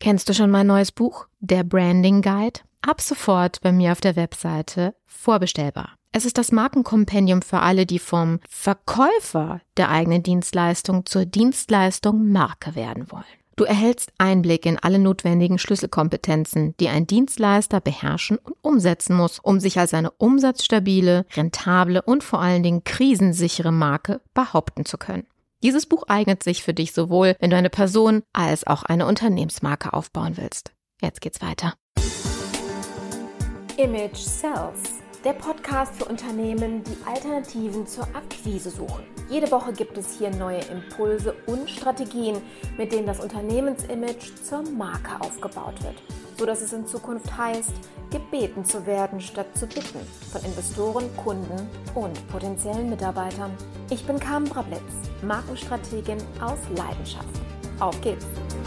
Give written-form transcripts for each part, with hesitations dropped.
Kennst du schon mein neues Buch, der Branding Guide? Ab sofort bei mir auf der Webseite vorbestellbar. Es ist das Markenkompendium für alle, die vom Verkäufer der eigenen Dienstleistung zur Dienstleistung Marke werden wollen. Du erhältst Einblick in alle notwendigen Schlüsselkompetenzen, die ein Dienstleister beherrschen und umsetzen muss, um sich als eine umsatzstabile, rentable und vor allen Dingen krisensichere Marke behaupten zu können. Dieses Buch eignet sich für dich sowohl, wenn du eine Person als auch eine Unternehmensmarke aufbauen willst. Jetzt geht's weiter. Image Sells, der Podcast für Unternehmen, die Alternativen zur Akquise suchen. Jede Woche gibt es hier neue Impulse und Strategien, mit denen das Unternehmensimage zur Marke aufgebaut wird, sodass es in Zukunft heißt, gebeten zu werden statt zu bitten von Investoren, Kunden und potenziellen Mitarbeitern. Ich bin Carmen Brablitz, Markenstrategin aus Leidenschaft. Auf geht's!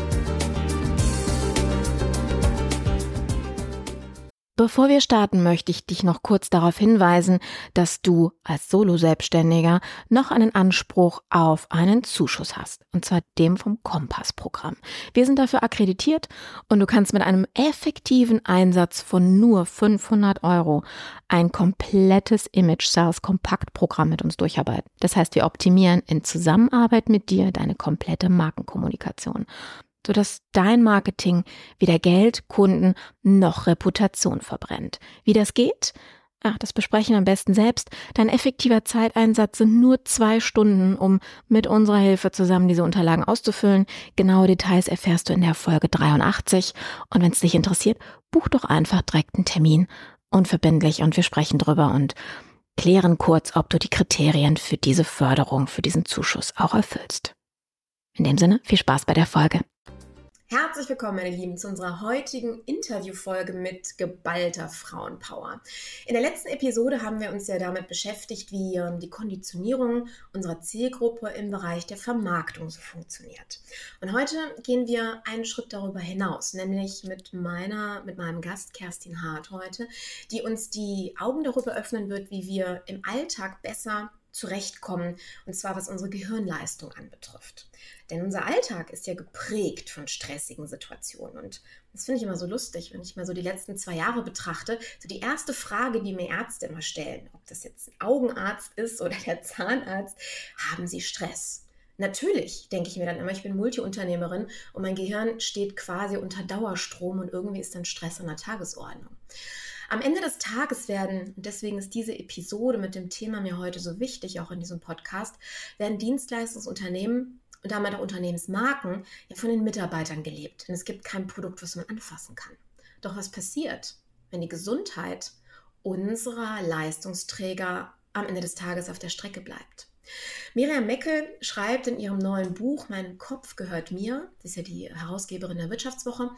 Bevor wir starten, möchte ich dich noch kurz darauf hinweisen, dass du als Solo-Selbstständiger noch einen Anspruch auf einen Zuschuss hast, und zwar dem vom Kompass-Programm. Wir sind dafür akkreditiert und du kannst mit einem effektiven Einsatz von nur 500 € ein komplettes Image-Sales-Kompaktprogramm mit uns durcharbeiten. Das heißt, wir optimieren in Zusammenarbeit mit dir deine komplette Markenkommunikation, sodass dein Marketing weder Geld, Kunden noch Reputation verbrennt. Wie das geht? Das besprechen wir am besten selbst. Dein effektiver Zeiteinsatz sind nur 2 Stunden, um mit unserer Hilfe zusammen diese Unterlagen auszufüllen. Genaue Details erfährst du in der Folge 83. Und wenn es dich interessiert, buch doch einfach direkt einen Termin, unverbindlich, und wir sprechen drüber und klären kurz, ob du die Kriterien für diese Förderung, für diesen Zuschuss auch erfüllst. In dem Sinne, viel Spaß bei der Folge. Herzlich willkommen, meine Lieben, zu unserer heutigen Interviewfolge mit geballter Frauenpower. In der letzten Episode haben wir uns ja damit beschäftigt, wie die Konditionierung unserer Zielgruppe im Bereich der Vermarktung so funktioniert. Und heute gehen wir einen Schritt darüber hinaus, nämlich mit meinem Gast Kerstin Hart heute, die uns die Augen darüber öffnen wird, wie wir im Alltag besser zurechtkommen, und zwar was unsere Gehirnleistung anbetrifft. Denn unser Alltag ist ja geprägt von stressigen Situationen, und das finde ich immer so lustig, wenn ich mal so die letzten 2 Jahre betrachte. So die erste Frage, die mir Ärzte immer stellen, ob das jetzt ein Augenarzt ist oder der Zahnarzt: Haben Sie Stress? Natürlich denke ich mir dann immer, ich bin Multiunternehmerin und mein Gehirn steht quasi unter Dauerstrom und irgendwie ist dann Stress an der Tagesordnung. Am Ende des Tages und deswegen ist diese Episode mit dem Thema mir heute so wichtig, auch in diesem Podcast, werden Dienstleistungsunternehmen und damit auch Unternehmensmarken ja von den Mitarbeitern gelebt. Denn es gibt kein Produkt, was man anfassen kann. Doch was passiert, wenn die Gesundheit unserer Leistungsträger am Ende des Tages auf der Strecke bleibt? Miriam Meckel schreibt in ihrem neuen Buch Mein Kopf gehört mir, sie ist ja die Herausgeberin der Wirtschaftswoche,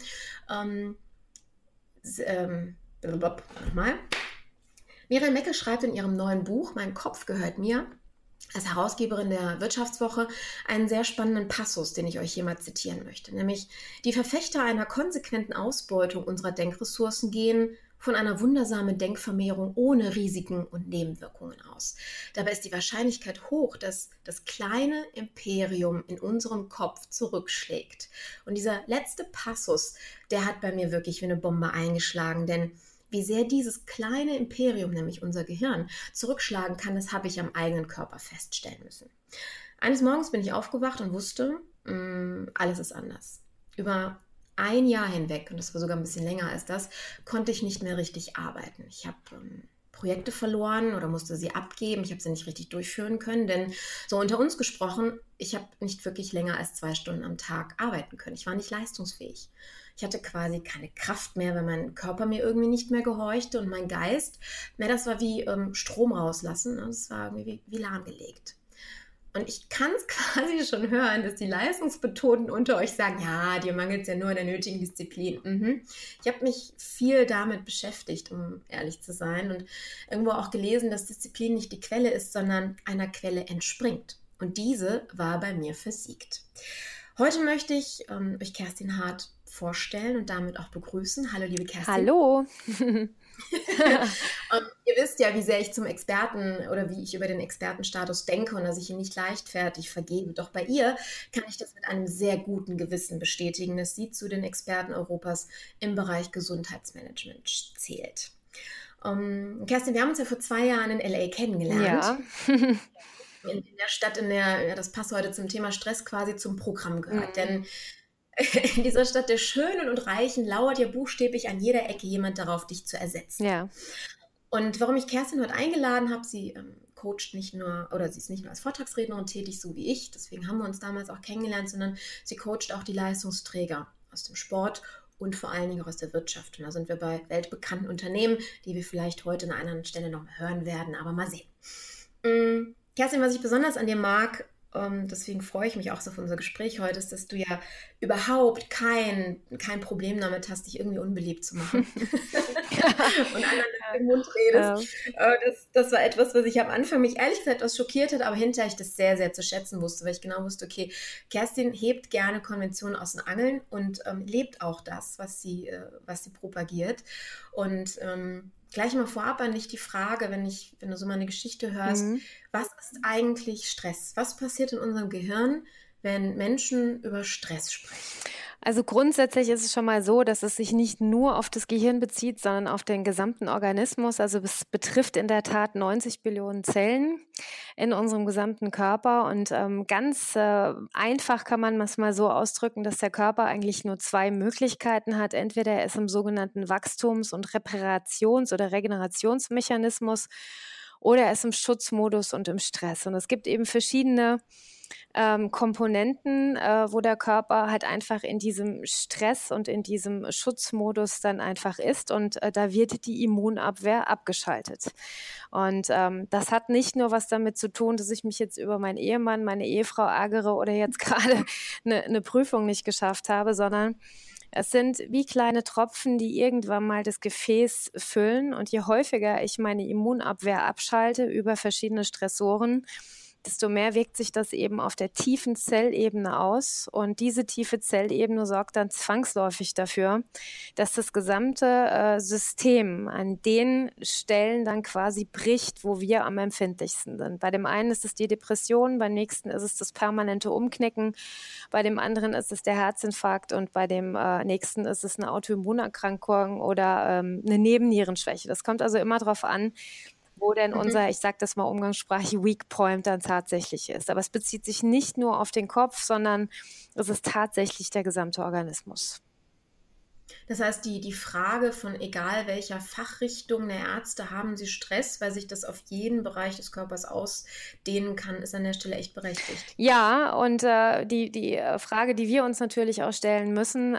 Miriam Meckel schreibt in ihrem neuen Buch Mein Kopf gehört mir als Herausgeberin der Wirtschaftswoche einen sehr spannenden Passus, den ich euch hier mal zitieren möchte. Nämlich: Die Verfechter einer konsequenten Ausbeutung unserer Denkressourcen gehen von einer wundersamen Denkvermehrung ohne Risiken und Nebenwirkungen aus. Dabei ist die Wahrscheinlichkeit hoch, dass das kleine Imperium in unserem Kopf zurückschlägt. Und dieser letzte Passus, der hat bei mir wirklich wie eine Bombe eingeschlagen, denn wie sehr dieses kleine Imperium, nämlich unser Gehirn, zurückschlagen kann, das habe ich am eigenen Körper feststellen müssen. Eines Morgens bin ich aufgewacht und wusste, alles ist anders. Über 1 Jahr hinweg, und das war sogar ein bisschen länger als das, konnte ich nicht mehr richtig arbeiten. Ich habe Projekte verloren oder musste sie abgeben. Ich habe sie nicht richtig durchführen können, denn so unter uns gesprochen, ich habe nicht wirklich länger als 2 Stunden am Tag arbeiten können. Ich war nicht leistungsfähig. Ich hatte quasi keine Kraft mehr, weil mein Körper mir irgendwie nicht mehr gehorchte und mein Geist, das war wie Strom rauslassen. Das war irgendwie wie lahmgelegt. Und ich kann es quasi schon hören, dass die Leistungsbetonten unter euch sagen: Ja, dir mangelt es ja nur an der nötigen Disziplin. Ich habe mich viel damit beschäftigt, um ehrlich zu sein, und irgendwo auch gelesen, dass Disziplin nicht die Quelle ist, sondern einer Quelle entspringt. Und diese war bei mir versiegt. Heute möchte ich euch Kerstin Hart vorstellen und damit auch begrüßen. Hallo, liebe Kerstin. Hallo. Ihr wisst ja, wie sehr ich zum Experten oder wie ich über den Expertenstatus denke und dass ich ihn nicht leichtfertig vergebe. Doch bei ihr kann ich das mit einem sehr guten Gewissen bestätigen, dass sie zu den Experten Europas im Bereich Gesundheitsmanagement zählt. Kerstin, wir haben uns ja vor 2 Jahren in LA kennengelernt. Ja. In der Stadt, in der das passt heute zum Thema Stress quasi zum Programm gehört. Denn in dieser Stadt der Schönen und Reichen lauert ja buchstäblich an jeder Ecke jemand darauf, dich zu ersetzen. Ja. Und warum ich Kerstin heute eingeladen habe, sie coacht nicht nur, oder sie ist nicht nur als Vortragsrednerin tätig, so wie ich, deswegen haben wir uns damals auch kennengelernt, sondern sie coacht auch die Leistungsträger aus dem Sport und vor allen Dingen auch aus der Wirtschaft. Und da sind wir bei weltbekannten Unternehmen, die wir vielleicht heute an einer anderen Stelle noch mal hören werden, aber mal sehen. Kerstin, was ich besonders an dir mag, deswegen freue ich mich auch so auf unser Gespräch heute, ist, dass du ja überhaupt kein Problem damit hast, dich irgendwie unbeliebt zu machen und anderen den Mund redest. Das war etwas, was ich am Anfang mich ehrlich gesagt etwas schockiert hat, aber hinterher ich das sehr, sehr zu schätzen wusste, weil ich genau wusste, okay, Kerstin hebt gerne Konventionen aus den Angeln und lebt auch das, was sie propagiert. Und gleich mal vorab an dich die Frage, wenn du so meine Geschichte hörst, was ist eigentlich Stress? Was passiert in unserem Gehirn, wenn Menschen über Stress sprechen? Also grundsätzlich ist es schon mal so, dass es sich nicht nur auf das Gehirn bezieht, sondern auf den gesamten Organismus. Also es betrifft in der Tat 90 Billionen Zellen in unserem gesamten Körper. Und ganz einfach kann man es mal so ausdrücken, dass der Körper eigentlich nur 2 Möglichkeiten hat. Entweder er ist im sogenannten Wachstums- und Reparations- oder Regenerationsmechanismus oder er ist im Schutzmodus und im Stress. Und es gibt eben verschiedene Komponenten, wo der Körper halt einfach in diesem Stress und in diesem Schutzmodus dann einfach ist und da wird die Immunabwehr abgeschaltet. Und das hat nicht nur was damit zu tun, dass ich mich jetzt über meinen Ehemann, meine Ehefrau ärgere oder jetzt gerade eine Prüfung nicht geschafft habe, sondern es sind wie kleine Tropfen, die irgendwann mal das Gefäß füllen. Und je häufiger ich meine Immunabwehr abschalte über verschiedene Stressoren, desto mehr wirkt sich das eben auf der tiefen Zellebene aus. Und diese tiefe Zellebene sorgt dann zwangsläufig dafür, dass das gesamte System an den Stellen dann quasi bricht, wo wir am empfindlichsten sind. Bei dem einen ist es die Depression, beim nächsten ist es das permanente Umknicken, bei dem anderen ist es der Herzinfarkt und bei dem nächsten ist es eine Autoimmunerkrankung oder eine Nebennierenschwäche. Das kommt also immer darauf an, wo denn unser, ich sage das mal umgangssprachlich, Weak Point dann tatsächlich ist. Aber es bezieht sich nicht nur auf den Kopf, sondern es ist tatsächlich der gesamte Organismus. Das heißt, die Frage von egal welcher Fachrichtung der Ärzte, haben sie Stress, weil sich das auf jeden Bereich des Körpers ausdehnen kann, ist an der Stelle echt berechtigt. Ja, und die Frage, die wir uns natürlich auch stellen müssen,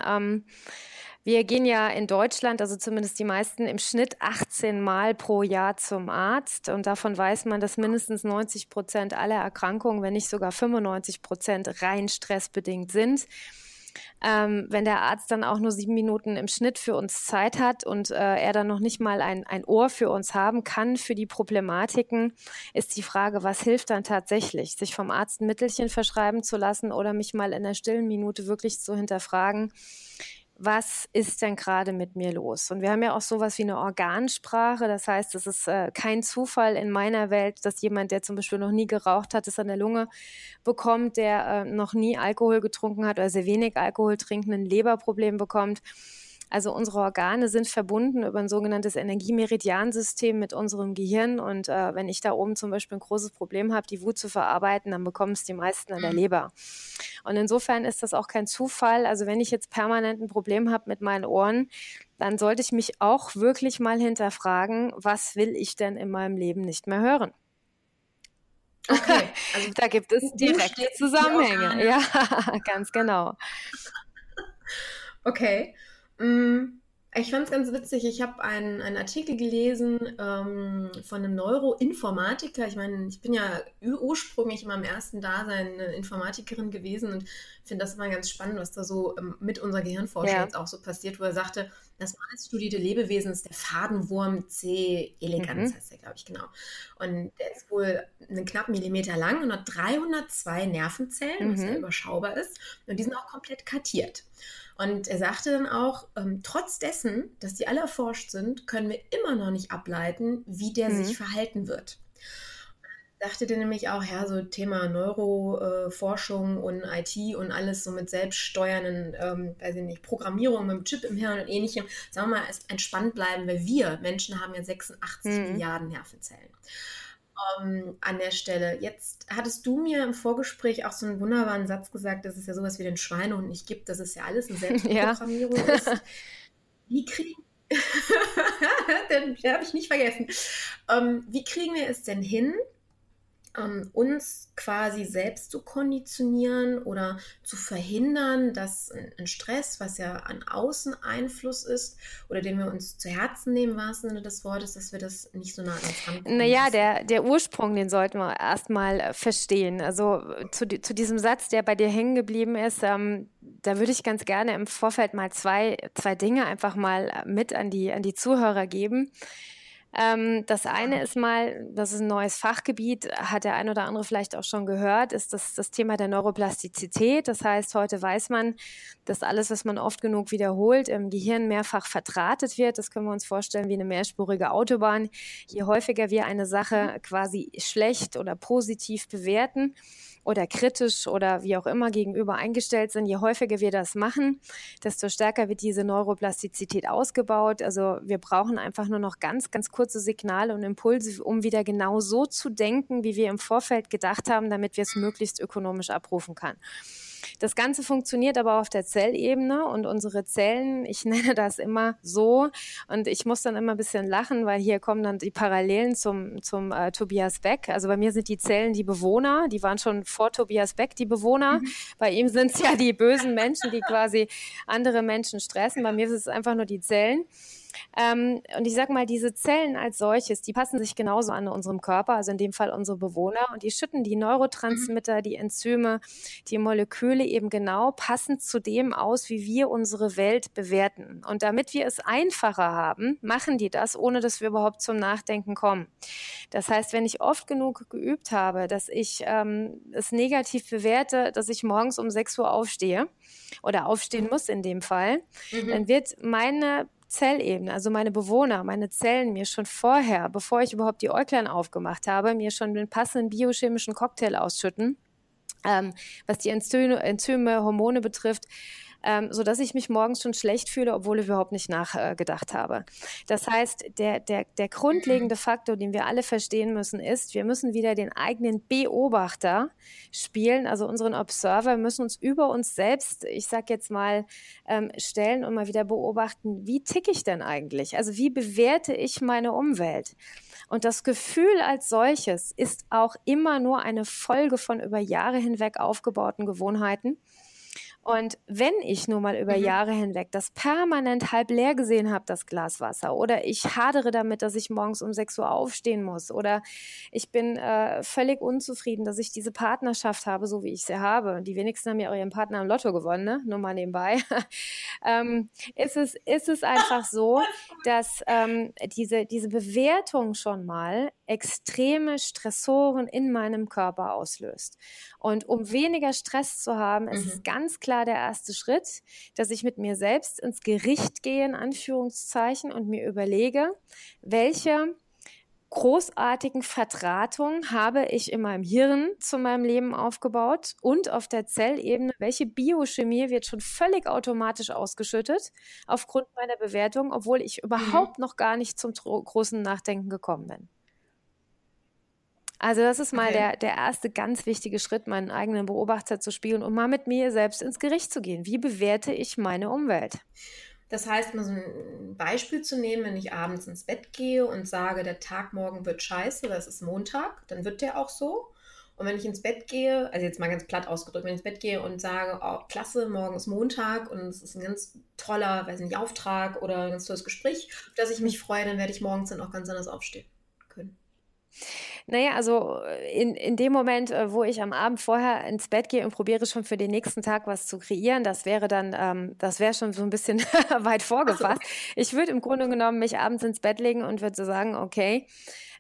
wir gehen ja in Deutschland, also zumindest die meisten, im Schnitt 18 Mal pro Jahr zum Arzt. Und davon weiß man, dass mindestens 90% aller Erkrankungen, wenn nicht sogar 95% rein stressbedingt sind. Wenn der Arzt dann auch nur 7 Minuten im Schnitt für uns Zeit hat und er dann noch nicht mal ein Ohr für uns haben kann für die Problematiken, ist die Frage, was hilft dann tatsächlich? Sich vom Arzt ein Mittelchen verschreiben zu lassen oder mich mal in der stillen Minute wirklich zu hinterfragen, was ist denn gerade mit mir los? Und wir haben ja auch sowas wie eine Organsprache. Das heißt, es ist kein Zufall in meiner Welt, dass jemand, der zum Beispiel noch nie geraucht hat, es an der Lunge bekommt, der noch nie Alkohol getrunken hat oder sehr wenig Alkohol trinkt, ein Leberproblem bekommt. Also unsere Organe sind verbunden über ein sogenanntes Energiemeridiansystem mit unserem Gehirn. Und wenn ich da oben zum Beispiel ein großes Problem habe, die Wut zu verarbeiten, dann bekommen es die meisten an der Leber. Und insofern ist das auch kein Zufall. Also wenn ich jetzt permanent ein Problem habe mit meinen Ohren, dann sollte ich mich auch wirklich mal hinterfragen, was will ich denn in meinem Leben nicht mehr hören? Okay, also da gibt es direkte Zusammenhänge. Ja, ganz genau. Okay. Ich fand es ganz witzig. Ich habe einen Artikel gelesen von einem Neuroinformatiker. Ich meine, ich bin ja ursprünglich in meinem ersten Dasein eine Informatikerin gewesen und finde das immer ganz spannend, was da so mit unserer Gehirnforschung jetzt auch so passiert, wo er sagte, das meiststudierte Lebewesen ist der Fadenwurm C. elegans, heißt der, glaube ich, genau. Und der ist wohl einen knappen Millimeter lang und hat 302 Nervenzellen, was ja überschaubar ist. Und die sind auch komplett kartiert. Und er sagte dann auch, trotz dessen, dass die alle erforscht sind, können wir immer noch nicht ableiten, wie der sich verhalten wird. Dachte dir nämlich auch, ja, so Thema Neuroforschung und IT und alles so mit selbststeuernden, weiß ich nicht, Programmierung mit dem Chip im Hirn und ähnlichem, sagen wir mal, entspannt bleiben, weil wir Menschen haben ja 86 Milliarden Nervenzellen. An der Stelle. Jetzt hattest du mir im Vorgespräch auch so einen wunderbaren Satz gesagt, dass es ja sowas wie den Schweinehund nicht gibt, dass es ja alles eine Selbstprogrammierung ist. Wie kriegen den habe ich nicht vergessen. Wie kriegen wir es denn hin, uns quasi selbst zu konditionieren oder zu verhindern, dass ein Stress, was ja an Außeneinfluss ist oder den wir uns zu Herzen nehmen, im wahrsten Sinne des Wortes, dass wir das nicht so nah an uns rankommen. Naja, der Ursprung, den sollten wir erstmal verstehen. Also zu diesem Satz, der bei dir hängen geblieben ist, da würde ich ganz gerne im Vorfeld mal zwei Dinge einfach mal mit an die Zuhörer geben. Das eine ist mal, das ist ein neues Fachgebiet, hat der ein oder andere vielleicht auch schon gehört, ist das Thema der Neuroplastizität. Das heißt, heute weiß man, dass alles, was man oft genug wiederholt, im Gehirn mehrfach verdrahtet wird. Das können wir uns vorstellen wie eine mehrspurige Autobahn. Je häufiger wir eine Sache quasi schlecht oder positiv bewerten oder kritisch oder wie auch immer gegenüber eingestellt sind, je häufiger wir das machen, desto stärker wird diese Neuroplastizität ausgebaut. Also wir brauchen einfach nur noch ganz, ganz kurze Signale und Impulse, um wieder genau so zu denken, wie wir im Vorfeld gedacht haben, damit wir es möglichst ökonomisch abrufen können. Das Ganze funktioniert aber auf der Zellebene und unsere Zellen, ich nenne das immer so und ich muss dann immer ein bisschen lachen, weil hier kommen dann die Parallelen zum Tobias Beck. Also bei mir sind die Zellen die Bewohner, die waren schon vor Tobias Beck die Bewohner. Bei ihm sind es ja die bösen Menschen, die quasi andere Menschen stressen. Bei mir sind es einfach nur die Zellen. Und ich sag mal, diese Zellen als solches, die passen sich genauso an unserem Körper, also in dem Fall unsere Bewohner, und die schütten die Neurotransmitter, die Enzyme, die Moleküle eben genau passend zu dem aus, wie wir unsere Welt bewerten. Und damit wir es einfacher haben, machen die das, ohne dass wir überhaupt zum Nachdenken kommen. Das heißt, wenn ich oft genug geübt habe, dass ich es negativ bewerte, dass ich morgens um 6 Uhr aufstehe oder aufstehen muss in dem Fall, dann wird meine Zellebene, also meine Bewohner, meine Zellen mir schon vorher, bevor ich überhaupt die Äuglein aufgemacht habe, mir schon den passenden biochemischen Cocktail ausschütten, was die Enzyme, Hormone betrifft, so dass ich mich morgens schon schlecht fühle, obwohl ich überhaupt nicht nachgedacht habe. Das heißt, der grundlegende Faktor, den wir alle verstehen müssen, ist, wir müssen wieder den eigenen Beobachter spielen, also unseren Observer. Wir müssen uns über uns selbst, ich sag jetzt mal, stellen und mal wieder beobachten, wie ticke ich denn eigentlich? Also wie bewerte ich meine Umwelt? Und das Gefühl als solches ist auch immer nur eine Folge von über Jahre hinweg aufgebauten Gewohnheiten. Und wenn ich nur mal über Jahre hinweg das permanent halb leer gesehen habe, das Glas Wasser, oder ich hadere damit, dass ich morgens um 6 Uhr aufstehen muss, oder ich bin völlig unzufrieden, dass ich diese Partnerschaft habe, so wie ich sie habe. Und die wenigsten haben ja auch ihren Partner im Lotto gewonnen, ne? Nur mal nebenbei. Ist es einfach so, dass diese Bewertung schon mal extreme Stressoren in meinem Körper auslöst. Und um weniger Stress zu haben, ist es ganz klar der erste Schritt, dass ich mit mir selbst ins Gericht gehe, in Anführungszeichen, und mir überlege, welche großartigen Verdrahtungen habe ich in meinem Hirn zu meinem Leben aufgebaut und auf der Zellebene, welche Biochemie wird schon völlig automatisch ausgeschüttet aufgrund meiner Bewertung, obwohl ich überhaupt noch gar nicht zum großen Nachdenken gekommen bin. Also das ist mal der erste ganz wichtige Schritt, meinen eigenen Beobachter zu spielen und mal mit mir selbst ins Gericht zu gehen. Wie bewerte ich meine Umwelt? Das heißt, mal so ein Beispiel zu nehmen, wenn ich abends ins Bett gehe und sage, der Tag morgen wird scheiße, weil es ist Montag, dann wird der auch so. Und wenn ich ins Bett gehe, also jetzt mal ganz platt ausgedrückt, wenn ich ins Bett gehe und sage, oh, klasse, morgen ist Montag und es ist ein ganz toller, weiß nicht, Auftrag oder ein ganz tolles Gespräch, auf das ich mich freue, dann werde ich morgens dann auch ganz anders aufstehen können. Naja, also in dem Moment, wo ich am Abend vorher ins Bett gehe und probiere schon für den nächsten Tag was zu kreieren, das wäre schon so ein bisschen weit vorgefasst. Ich würde im Grunde genommen mich abends ins Bett legen und würde so sagen, okay,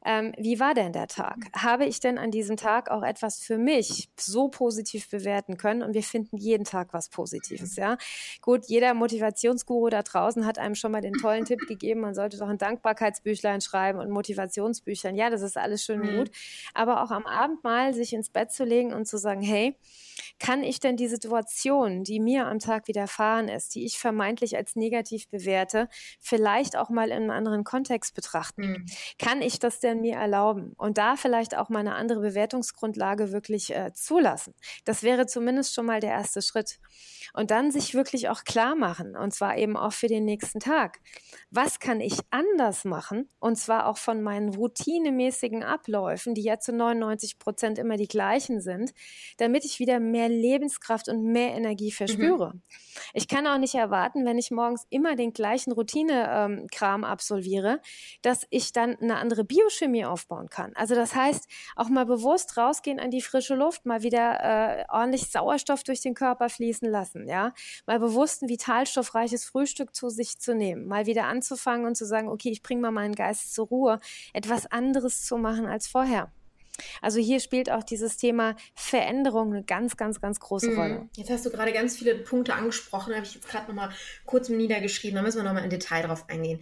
Wie war denn der Tag? Habe ich denn an diesem Tag auch etwas für mich so positiv bewerten können? Und wir finden jeden Tag was Positives, ja. Gut, jeder Motivationsguru da draußen hat einem schon mal den tollen Tipp gegeben, man sollte doch ein Dankbarkeitsbüchlein schreiben und Motivationsbüchlein. Ja, das ist alles schön und gut. Aber auch am Abend mal sich ins Bett zu legen und zu sagen, hey, kann ich denn die Situation, die mir am Tag widerfahren ist, die ich vermeintlich als negativ bewerte, vielleicht auch mal in einem anderen Kontext betrachten? Kann ich das denn mir erlauben? Und da vielleicht auch mal eine andere Bewertungsgrundlage wirklich zulassen. Das wäre zumindest schon mal der erste Schritt. Und dann sich wirklich auch klar machen, und zwar eben auch für den nächsten Tag. Was kann ich anders machen? Und zwar auch von meinen routinemäßigen Abläufen, die ja zu 99% immer die gleichen sind, damit ich wieder mehr Lebenskraft und mehr Energie verspüre. Ich kann auch nicht erwarten, wenn ich morgens immer den gleichen Routine-Kram absolviere, dass ich dann eine andere Biochemie aufbauen kann. Also das heißt, auch mal bewusst rausgehen an die frische Luft, mal wieder ordentlich Sauerstoff durch den Körper fließen lassen, ja, mal bewusst ein vitalstoffreiches Frühstück zu sich zu nehmen, mal wieder anzufangen und zu sagen, okay, ich bringe mal meinen Geist zur Ruhe, etwas anderes zu machen als vorher. Also hier spielt auch dieses Thema Veränderung eine ganz, ganz, ganz große Rolle. Jetzt hast du gerade ganz viele Punkte angesprochen, habe ich jetzt gerade nochmal kurz niedergeschrieben, da müssen wir nochmal im Detail drauf eingehen.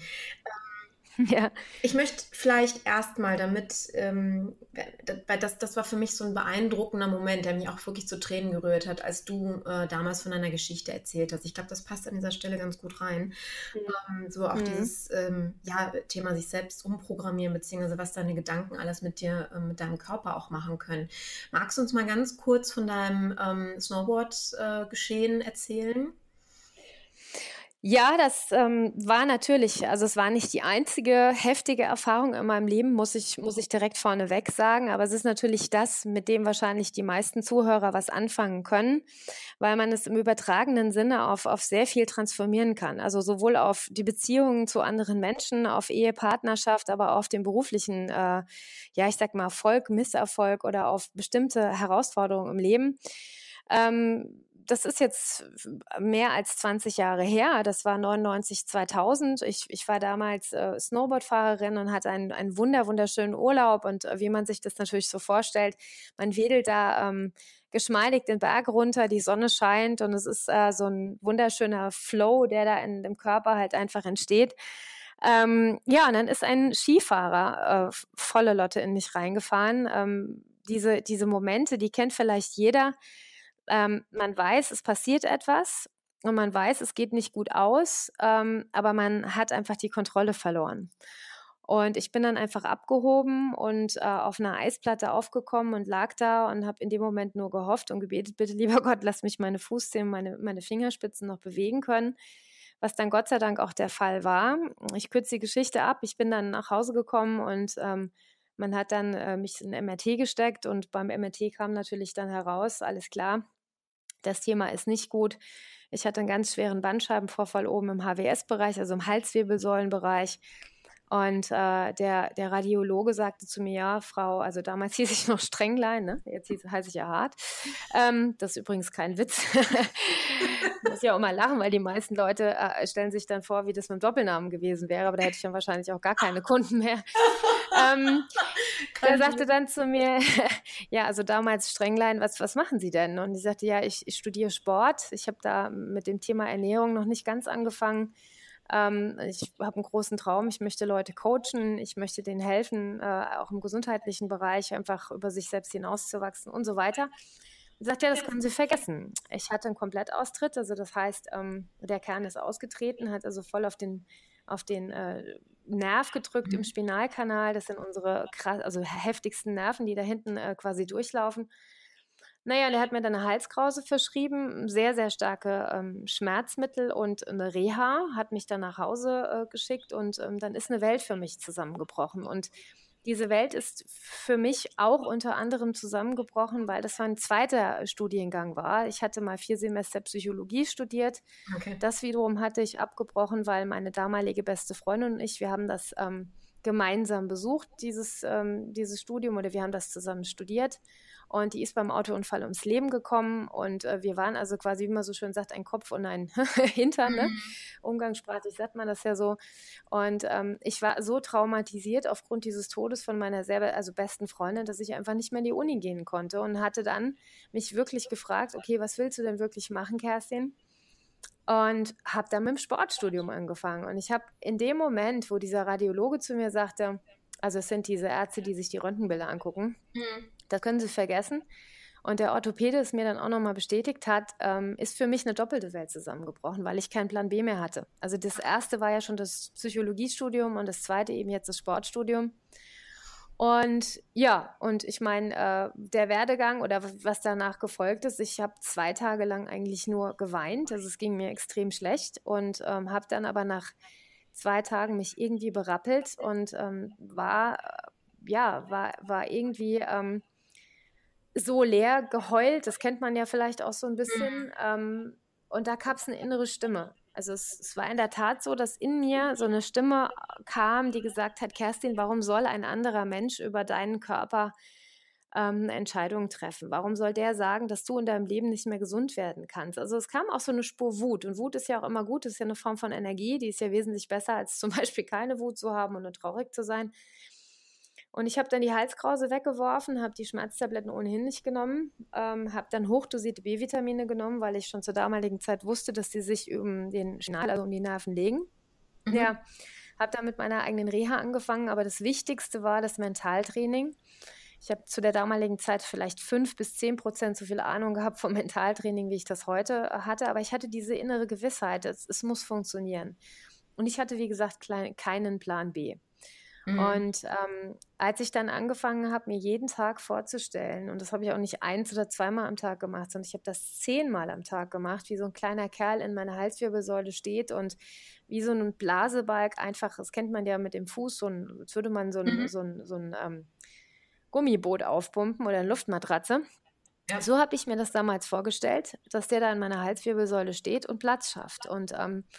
Ja. Ich möchte vielleicht erstmal damit, weil das war für mich so ein beeindruckender Moment, der mich auch wirklich zu Tränen gerührt hat, als du damals von deiner Geschichte erzählt hast. Ich glaube, das passt an dieser Stelle ganz gut rein. So auch dieses Thema sich selbst umprogrammieren, beziehungsweise was deine Gedanken alles mit dir, mit deinem Körper auch machen können. Magst du uns mal ganz kurz von deinem Snowboard-Geschehen erzählen? Ja, das war natürlich, also es war nicht die einzige heftige Erfahrung in meinem Leben, muss ich direkt vorneweg sagen, aber es ist natürlich das, mit dem wahrscheinlich die meisten Zuhörer was anfangen können, weil man es im übertragenen Sinne auf sehr viel transformieren kann. Also sowohl auf die Beziehungen zu anderen Menschen, auf Ehepartnerschaft, aber auf den beruflichen, ich sag mal, Erfolg, Misserfolg oder auf bestimmte Herausforderungen im Leben. Das ist jetzt mehr als 20 Jahre her. Das war 99, 2000. Ich war damals Snowboardfahrerin und hatte einen wunderschönen Urlaub. Und wie man sich das natürlich so vorstellt, man wedelt da geschmeidig den Berg runter, die Sonne scheint und es ist so ein wunderschöner Flow, der da in dem Körper halt einfach entsteht. Und dann ist ein Skifahrer volle Lotte in mich reingefahren. Diese Momente, die kennt vielleicht jeder. Man weiß, es passiert etwas und man weiß, es geht nicht gut aus, aber man hat einfach die Kontrolle verloren. Und ich bin dann einfach abgehoben und auf einer Eisplatte aufgekommen und lag da und habe in dem Moment nur gehofft und gebetet, bitte lieber Gott, lass mich meine Fußzehen, meine Fingerspitzen noch bewegen können, was dann Gott sei Dank auch der Fall war. Ich kürze die Geschichte ab, ich bin dann nach Hause gekommen und man hat dann mich in MRT gesteckt und beim MRT kam natürlich dann heraus, alles klar, das Thema ist nicht gut. Ich hatte einen ganz schweren Bandscheibenvorfall oben im HWS-Bereich, also im Halswirbelsäulenbereich. Und der Radiologe sagte zu mir, ja, Frau, also damals hieß ich noch Stränglein, ne? Jetzt heiße ich ja Hart. Das ist übrigens kein Witz. Ich muss ja auch mal lachen, weil die meisten Leute stellen sich dann vor, wie das mit dem Doppelnamen gewesen wäre, aber da hätte ich dann wahrscheinlich auch gar keine Kunden mehr. Der sagte dann zu mir, ja, also damals Stränglein, was machen Sie denn? Und ich sagte, ja, ich studiere Sport. Ich habe da mit dem Thema Ernährung noch nicht ganz angefangen. Ich habe einen großen Traum, ich möchte Leute coachen, ich möchte denen helfen, auch im gesundheitlichen Bereich einfach über sich selbst hinauszuwachsen und so weiter. Und sagt, ja, das können Sie vergessen. Ich hatte einen Komplettaustritt, also das heißt, der Kern ist ausgetreten, hat also voll auf den Nerv gedrückt im Spinalkanal. Das sind unsere heftigsten Nerven, die da hinten quasi durchlaufen. Naja, der hat mir dann eine Halskrause verschrieben, sehr, sehr starke Schmerzmittel und eine Reha, hat mich dann nach Hause geschickt und dann ist eine Welt für mich zusammengebrochen. Und diese Welt ist für mich auch unter anderem zusammengebrochen, weil das ein zweiter Studiengang war. Ich hatte mal 4 Semester Psychologie studiert. Okay. Das wiederum hatte ich abgebrochen, weil meine damalige beste Freundin und ich, wir haben das gemeinsam besucht, dieses Studium, oder wir haben das zusammen studiert. und die ist beim Autounfall ums Leben gekommen und wir waren also quasi, wie man so schön sagt, ein Kopf und ein Hintern, ne? Umgangssprachlich sagt man das ja so. Und ich war so traumatisiert aufgrund dieses Todes von meiner besten Freundin, dass ich einfach nicht mehr in die Uni gehen konnte und hatte dann mich wirklich gefragt, okay, was willst du denn wirklich machen, Kerstin? Und habe dann mit dem Sportstudium angefangen. Und ich habe in dem Moment, wo dieser Radiologe zu mir sagte, also es sind diese Ärzte, die sich die Röntgenbilder angucken, das können Sie vergessen. Und der Orthopäde es mir dann auch nochmal bestätigt hat, ist für mich eine doppelte Welt zusammengebrochen, weil ich keinen Plan B mehr hatte. Also das erste war ja schon das Psychologiestudium und das zweite eben jetzt das Sportstudium. Und ja, und ich meine, der Werdegang oder was danach gefolgt ist, ich habe 2 Tage lang eigentlich nur geweint. Also es ging mir extrem schlecht und habe dann aber nach 2 Tagen mich irgendwie berappelt und war irgendwie so leer geheult. Das kennt man ja vielleicht auch so ein bisschen. Und da gab es eine innere Stimme. Also es war in der Tat so, dass in mir so eine Stimme kam, die gesagt hat, Kerstin, warum soll ein anderer Mensch über deinen Körper eine Entscheidung treffen? Warum soll der sagen, dass du in deinem Leben nicht mehr gesund werden kannst? Also es kam auch so eine Spur Wut. Und Wut ist ja auch immer gut, das ist ja eine Form von Energie, die ist ja wesentlich besser, als zum Beispiel keine Wut zu haben und nur traurig zu sein. Und ich habe dann die Halskrause weggeworfen, habe die Schmerztabletten ohnehin nicht genommen, habe dann hochdosierte B-Vitamine genommen, weil ich schon zur damaligen Zeit wusste, dass die sich um den Spinal, also um die Nerven legen. Ja, habe dann mit meiner eigenen Reha angefangen, aber das Wichtigste war das Mentaltraining. Ich habe zu der damaligen Zeit vielleicht 5-10% so viel Ahnung gehabt vom Mentaltraining, wie ich das heute hatte, aber ich hatte diese innere Gewissheit, es muss funktionieren. Und ich hatte, wie gesagt, keinen Plan B. Und als ich dann angefangen habe, mir jeden Tag vorzustellen, und das habe ich auch nicht 1 oder 2-mal am Tag gemacht, sondern ich habe das 10-mal am Tag gemacht, wie so ein kleiner Kerl in meiner Halswirbelsäule steht und wie so ein Blasebalg einfach, das kennt man ja mit dem Fuß, als würde man so ein Gummiboot aufpumpen oder eine Luftmatratze. Ja. So habe ich mir das damals vorgestellt, dass der da in meiner Halswirbelsäule steht und Platz schafft. Und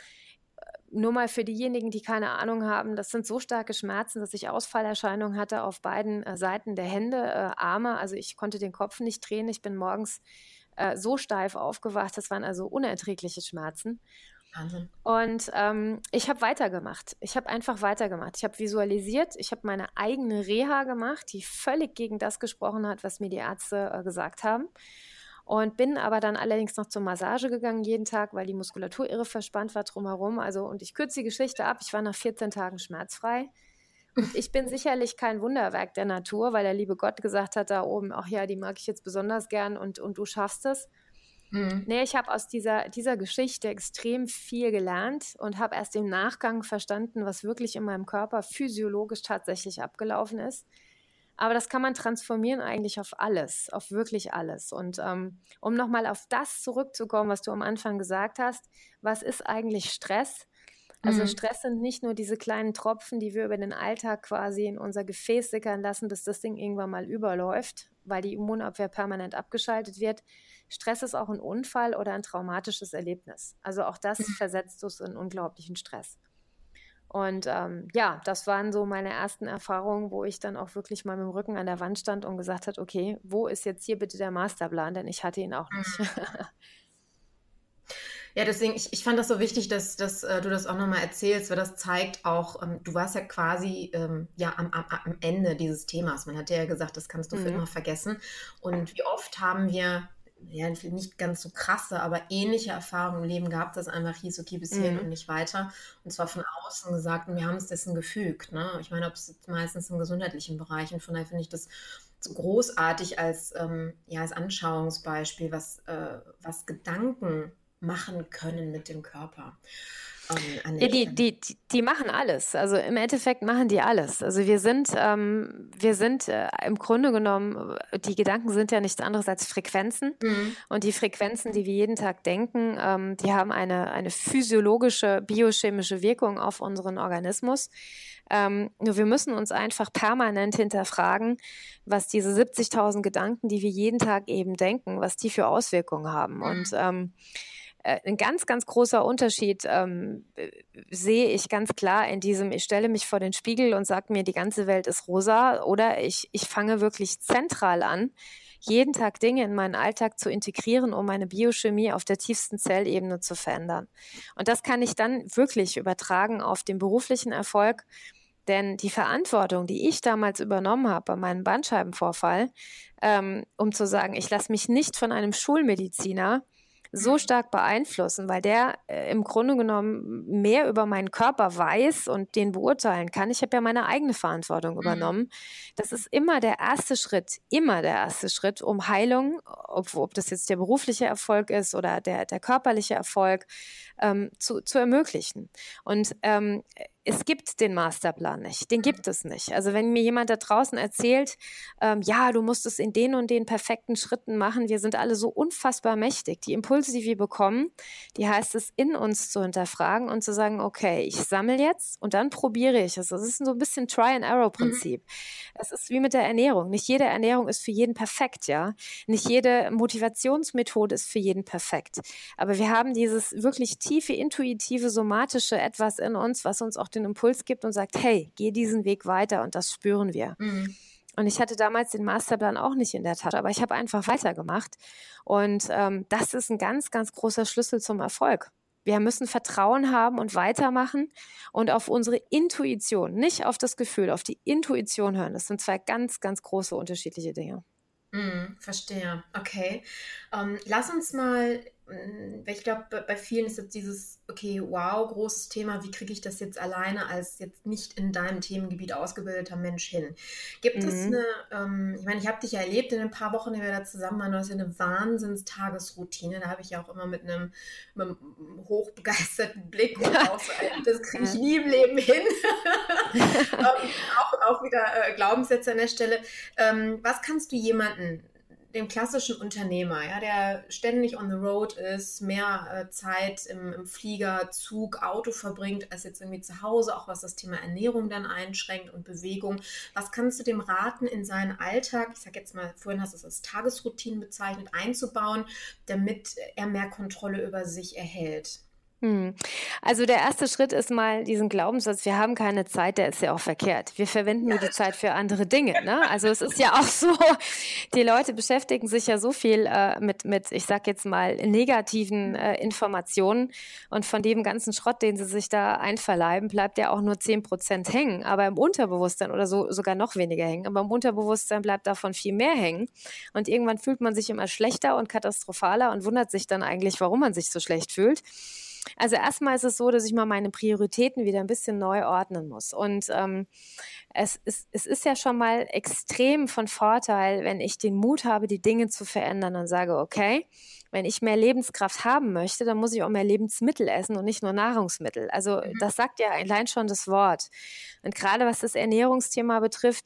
nur mal für diejenigen, die keine Ahnung haben, das sind so starke Schmerzen, dass ich Ausfallerscheinungen hatte auf beiden Seiten der Hände, Arme. Also ich konnte den Kopf nicht drehen. Ich bin morgens so steif aufgewacht. Das waren also unerträgliche Schmerzen. Wahnsinn. Und ich habe weitergemacht. Ich habe einfach weitergemacht. Ich habe visualisiert. Ich habe meine eigene Reha gemacht, die völlig gegen das gesprochen hat, was mir die Ärzte gesagt haben. Und bin aber dann allerdings noch zur Massage gegangen jeden Tag, weil die Muskulatur irre verspannt war drumherum. Also, und ich kürze die Geschichte ab, ich war nach 14 Tagen schmerzfrei. Und ich bin sicherlich kein Wunderwerk der Natur, weil der liebe Gott gesagt hat da oben, ach ja, die mag ich jetzt besonders gern und du schaffst es. Nee, ich habe aus dieser Geschichte extrem viel gelernt und habe erst im Nachgang verstanden, was wirklich in meinem Körper physiologisch tatsächlich abgelaufen ist. Aber das kann man transformieren eigentlich auf alles, auf wirklich alles. Und um nochmal auf das zurückzukommen, was du am Anfang gesagt hast, was ist eigentlich Stress? Also Stress sind nicht nur diese kleinen Tropfen, die wir über den Alltag quasi in unser Gefäß sickern lassen, bis das Ding irgendwann mal überläuft, weil die Immunabwehr permanent abgeschaltet wird. Stress ist auch ein Unfall oder ein traumatisches Erlebnis. Also auch das versetzt uns in unglaublichen Stress. Und das waren so meine ersten Erfahrungen, wo ich dann auch wirklich mal mit dem Rücken an der Wand stand und gesagt habe, okay, wo ist jetzt hier bitte der Masterplan? Denn ich hatte ihn auch nicht. Ja, deswegen, ich fand das so wichtig, dass du das auch nochmal erzählst, weil das zeigt auch, du warst ja quasi am Ende dieses Themas. Man hat ja gesagt, das kannst du für immer vergessen. Und wie oft haben wir nicht ganz so krasse, aber ähnliche Erfahrungen im Leben gehabt, dass einfach hieß, okay, bis hierhin und nicht weiter. Und zwar von außen gesagt, und wir haben es dessen gefügt. Ne? Ich meine, ob es meistens im gesundheitlichen Bereich, und von daher finde ich das so großartig als Anschauungsbeispiel, was Gedanken machen können mit dem Körper. Ja, die machen alles. Also im Endeffekt machen die alles. Also wir sind im Grunde genommen, die Gedanken sind ja nichts anderes als Frequenzen. Und die Frequenzen, die wir jeden Tag denken, die haben eine physiologische, biochemische Wirkung auf unseren Organismus. Nur wir müssen uns einfach permanent hinterfragen, was diese 70.000 Gedanken, die wir jeden Tag eben denken, was die für Auswirkungen haben. Und ein ganz, ganz großer Unterschied sehe ich ganz klar in diesem, ich stelle mich vor den Spiegel und sage mir, die ganze Welt ist rosa, oder ich fange wirklich zentral an, jeden Tag Dinge in meinen Alltag zu integrieren, um meine Biochemie auf der tiefsten Zellebene zu verändern. Und das kann ich dann wirklich übertragen auf den beruflichen Erfolg. Denn die Verantwortung, die ich damals übernommen habe bei meinem Bandscheibenvorfall, um zu sagen, ich lasse mich nicht von einem Schulmediziner so stark beeinflussen, weil der im Grunde genommen mehr über meinen Körper weiß und den beurteilen kann. Ich habe ja meine eigene Verantwortung übernommen. Das ist immer der erste Schritt, um Heilung, ob das jetzt der berufliche Erfolg ist oder der körperliche Erfolg, zu ermöglichen. Und es gibt den Masterplan nicht, den gibt es nicht. Also wenn mir jemand da draußen erzählt, ja, du musst es in den und den perfekten Schritten machen, wir sind alle so unfassbar mächtig. Die Impulse, die wir bekommen, die heißt es, in uns zu hinterfragen und zu sagen, okay, ich sammle jetzt und dann probiere ich es. Das ist so ein bisschen Try-and-Error-Prinzip. Es ist wie mit der Ernährung. Nicht jede Ernährung ist für jeden perfekt, ja. Nicht jede Motivationsmethode ist für jeden perfekt. Aber wir haben dieses wirklich tiefe, intuitive, somatische Etwas in uns, was uns auch den Impuls gibt und sagt, hey, geh diesen Weg weiter, und das spüren wir. Und ich hatte damals den Masterplan auch nicht in der Tasche, aber ich habe einfach weitergemacht, und das ist ein ganz, ganz großer Schlüssel zum Erfolg. Wir müssen Vertrauen haben und weitermachen und auf unsere Intuition, nicht auf das Gefühl, auf die Intuition hören. Das sind zwei ganz, ganz große unterschiedliche Dinge. Verstehe. Okay. Lass uns mal, ich glaube, bei vielen ist jetzt dieses, okay, wow, großes Thema, wie kriege ich das jetzt alleine als jetzt nicht in deinem Themengebiet ausgebildeter Mensch hin? Gibt es eine, ich meine, ich habe dich ja erlebt in den paar Wochen, die wir da zusammen waren, du hast ja eine Wahnsinnstagesroutine, da habe ich ja auch immer mit einem hochbegeisterten Blick und auch so, das kriege ich nie im Leben hin. auch wieder Glaubenssätze an der Stelle. Was kannst du jemanden, dem klassischen Unternehmer, ja, der ständig on the road ist, mehr Zeit im Flieger, Zug, Auto verbringt, als jetzt irgendwie zu Hause, auch was das Thema Ernährung dann einschränkt und Bewegung. Was kannst du dem raten, in seinen Alltag, ich sag jetzt mal, vorhin hast du es als Tagesroutinen bezeichnet, einzubauen, damit er mehr Kontrolle über sich erhält? Also der erste Schritt ist mal diesen Glaubenssatz, wir haben keine Zeit, der ist ja auch verkehrt. Wir verwenden nur die Zeit für andere Dinge. Ne? Also es ist ja auch so, die Leute beschäftigen sich ja so viel mit, ich sag jetzt mal, negativen Informationen, und von dem ganzen Schrott, den sie sich da einverleiben, bleibt ja auch nur 10% hängen, aber im Unterbewusstsein oder so sogar noch weniger hängen, aber im Unterbewusstsein bleibt davon viel mehr hängen, und irgendwann fühlt man sich immer schlechter und katastrophaler und wundert sich dann eigentlich, warum man sich so schlecht fühlt. Also erstmal ist es so, dass ich mal meine Prioritäten wieder ein bisschen neu ordnen muss. Und es ist ja schon mal extrem von Vorteil, wenn ich den Mut habe, die Dinge zu verändern und sage, okay, wenn ich mehr Lebenskraft haben möchte, dann muss ich auch mehr Lebensmittel essen und nicht nur Nahrungsmittel. Also das sagt ja allein schon das Wort. Und gerade was das Ernährungsthema betrifft,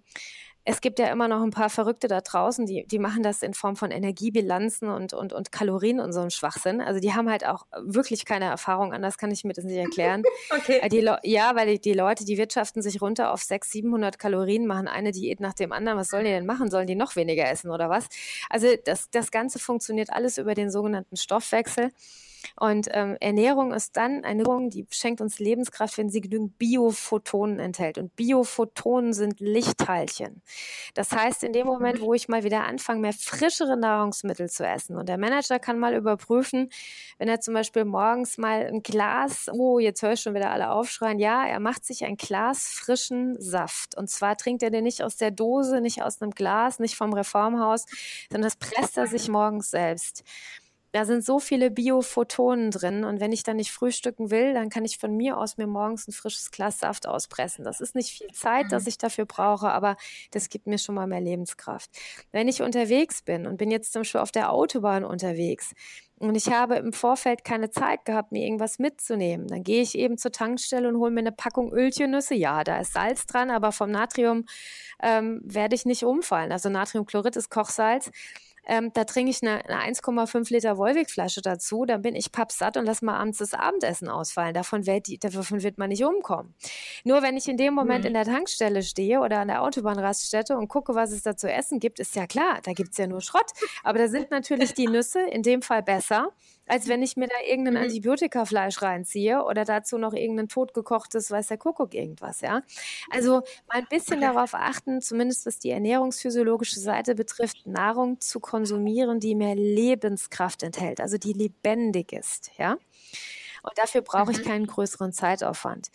es gibt ja immer noch ein paar Verrückte da draußen, die machen das in Form von Energiebilanzen und Kalorien und so einem Schwachsinn. Also die haben halt auch wirklich keine Erfahrung, anders kann ich mir das nicht erklären. Okay. Weil die Leute, die wirtschaften sich runter auf 600, 700 Kalorien, machen eine Diät nach dem anderen. Was sollen die denn machen? Sollen die noch weniger essen oder was? Also das Ganze funktioniert alles über den sogenannten Stoffwechsel. Und Ernährung ist dann eine Ernährung, die schenkt uns Lebenskraft, wenn sie genügend Biophotonen enthält. Und Biophotonen sind Lichtteilchen. Das heißt, in dem Moment, wo ich mal wieder anfange, mehr frischere Nahrungsmittel zu essen, und der Manager kann mal überprüfen, wenn er zum Beispiel morgens mal ein Glas, oh, jetzt höre ich schon wieder alle aufschreien, ja, er macht sich ein Glas frischen Saft. Und zwar trinkt er den nicht aus der Dose, nicht aus einem Glas, nicht vom Reformhaus, sondern das presst er sich morgens selbst. Da sind so viele Biophotonen drin, und wenn ich dann nicht frühstücken will, dann kann ich von mir aus mir morgens ein frisches Glas Saft auspressen. Das ist nicht viel Zeit, das ich dafür brauche, aber das gibt mir schon mal mehr Lebenskraft. Wenn ich unterwegs bin und bin jetzt zum Beispiel auf der Autobahn unterwegs und ich habe im Vorfeld keine Zeit gehabt, mir irgendwas mitzunehmen, dann gehe ich eben zur Tankstelle und hole mir eine Packung Ölchennüsse. Ja, da ist Salz dran, aber vom Natrium werde ich nicht umfallen. Also Natriumchlorid ist Kochsalz. Da trinke ich eine 1,5 Liter Volvic-Flasche dazu, dann bin ich pappsatt und lass mal abends das Abendessen ausfallen. Davon wird man nicht umkommen. Nur wenn ich in dem Moment in der Tankstelle stehe oder an der Autobahnraststätte und gucke, was es da zu essen gibt, ist ja klar, da gibt's ja nur Schrott. Aber da sind natürlich die Nüsse in dem Fall besser, als wenn ich mir da irgendein Antibiotikafleisch reinziehe oder dazu noch irgendein totgekochtes, weiß der Kuckuck irgendwas, ja. Also mal ein bisschen darauf achten, zumindest was die ernährungsphysiologische Seite betrifft, Nahrung zu konsumieren, die mehr Lebenskraft enthält, also die lebendig ist, ja. Und dafür brauche ich keinen größeren Zeitaufwand.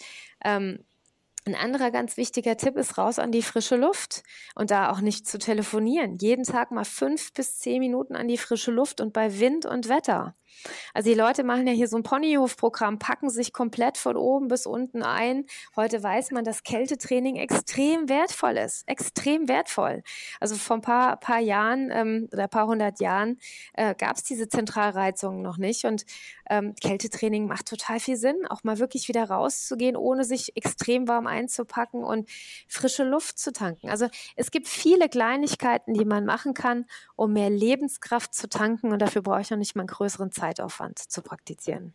Ein anderer ganz wichtiger Tipp ist raus an die frische Luft und da auch nicht zu telefonieren. Jeden Tag mal 5 bis 10 Minuten an die frische Luft und bei Wind und Wetter. Also die Leute machen ja hier so ein Ponyhof-Programm, packen sich komplett von oben bis unten ein. Heute weiß man, dass Kältetraining extrem wertvoll ist. Extrem wertvoll. Also vor ein paar Jahren oder ein paar hundert Jahren gab es diese Zentralreizungen noch nicht. Und Kältetraining macht total viel Sinn, auch mal wirklich wieder rauszugehen, ohne sich extrem warm einzupacken und frische Luft zu tanken. Also es gibt viele Kleinigkeiten, die man machen kann, um mehr Lebenskraft zu tanken. Und dafür brauche ich noch nicht mal einen größeren Zeitaufwand zu praktizieren.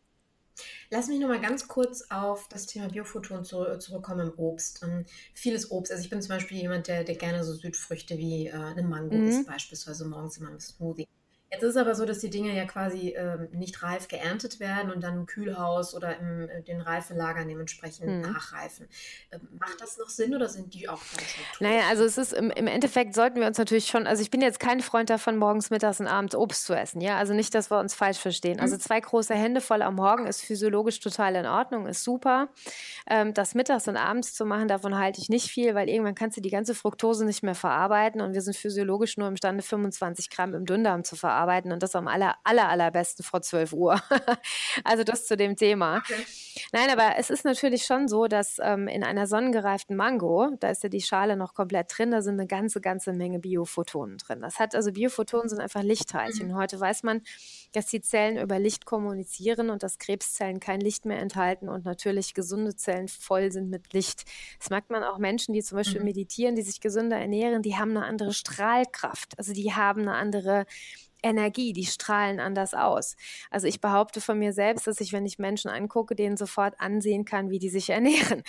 Lass mich noch mal ganz kurz auf das Thema Biophoton zurückkommen im Obst. Vieles Obst, also ich bin zum Beispiel jemand, der gerne so Südfrüchte wie eine Mango isst, beispielsweise morgens immer im Smoothie. Jetzt ist es aber so, dass die Dinge ja quasi nicht reif geerntet werden und dann im Kühlhaus oder den Reifenlagern dementsprechend nachreifen. Macht das noch Sinn oder sind die auch ganz tot? Naja, also es ist im Endeffekt sollten wir uns natürlich schon, also ich bin jetzt kein Freund davon, morgens, mittags und abends Obst zu essen, ja, also nicht, dass wir uns falsch verstehen. Also 2 große Hände voll am Morgen ist physiologisch total in Ordnung, ist super. Das mittags und abends zu machen, davon halte ich nicht viel, weil irgendwann kannst du die ganze Fructose nicht mehr verarbeiten und wir sind physiologisch nur imstande, 25 Gramm im Dünndarm zu verarbeiten und das am allerbesten vor 12 Uhr. Also das zu dem Thema. Okay. Nein, aber es ist natürlich schon so, dass in einer sonnengereiften Mango, da ist ja die Schale noch komplett drin, da sind eine ganze Menge Biophotonen drin. Das hat also Biophotonen sind einfach Lichtteilchen. Heute weiß man, dass die Zellen über Licht kommunizieren und dass Krebszellen kein Licht mehr enthalten und natürlich gesunde Zellen voll sind mit Licht. Das merkt man auch Menschen, die zum Beispiel meditieren, die sich gesünder ernähren, die haben eine andere Strahlkraft. Also die haben eine andere Energie, die strahlen anders aus. Also ich behaupte von mir selbst, dass ich, wenn ich Menschen angucke, denen sofort ansehen kann, wie die sich ernähren.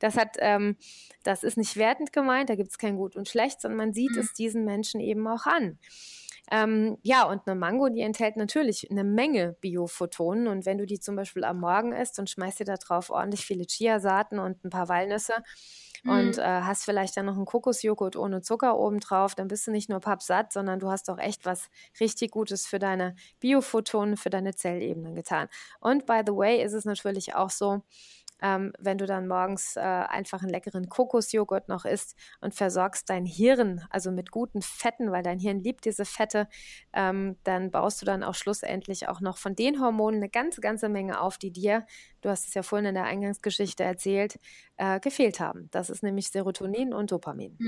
Das ist nicht wertend gemeint, da gibt es kein Gut und Schlecht, sondern man sieht es diesen Menschen eben auch an. Ja, und eine Mango, die enthält natürlich eine Menge Biophotonen und wenn du die zum Beispiel am Morgen isst und schmeißt dir da drauf ordentlich viele Chiasaaten und ein paar Walnüsse, und hast vielleicht dann noch einen Kokosjoghurt ohne Zucker obendrauf, dann bist du nicht nur pappsatt, sondern du hast auch echt was richtig Gutes für deine Biophotonen, für deine Zellebenen getan. Und by the way ist es natürlich auch so, wenn du dann morgens einfach einen leckeren Kokosjoghurt noch isst und versorgst dein Hirn, also mit guten Fetten, weil dein Hirn liebt diese Fette, dann baust du dann auch schlussendlich auch noch von den Hormonen eine ganze Menge auf, die dir, du hast es ja vorhin in der Eingangsgeschichte erzählt, gefehlt haben. Das ist nämlich Serotonin und Dopamin.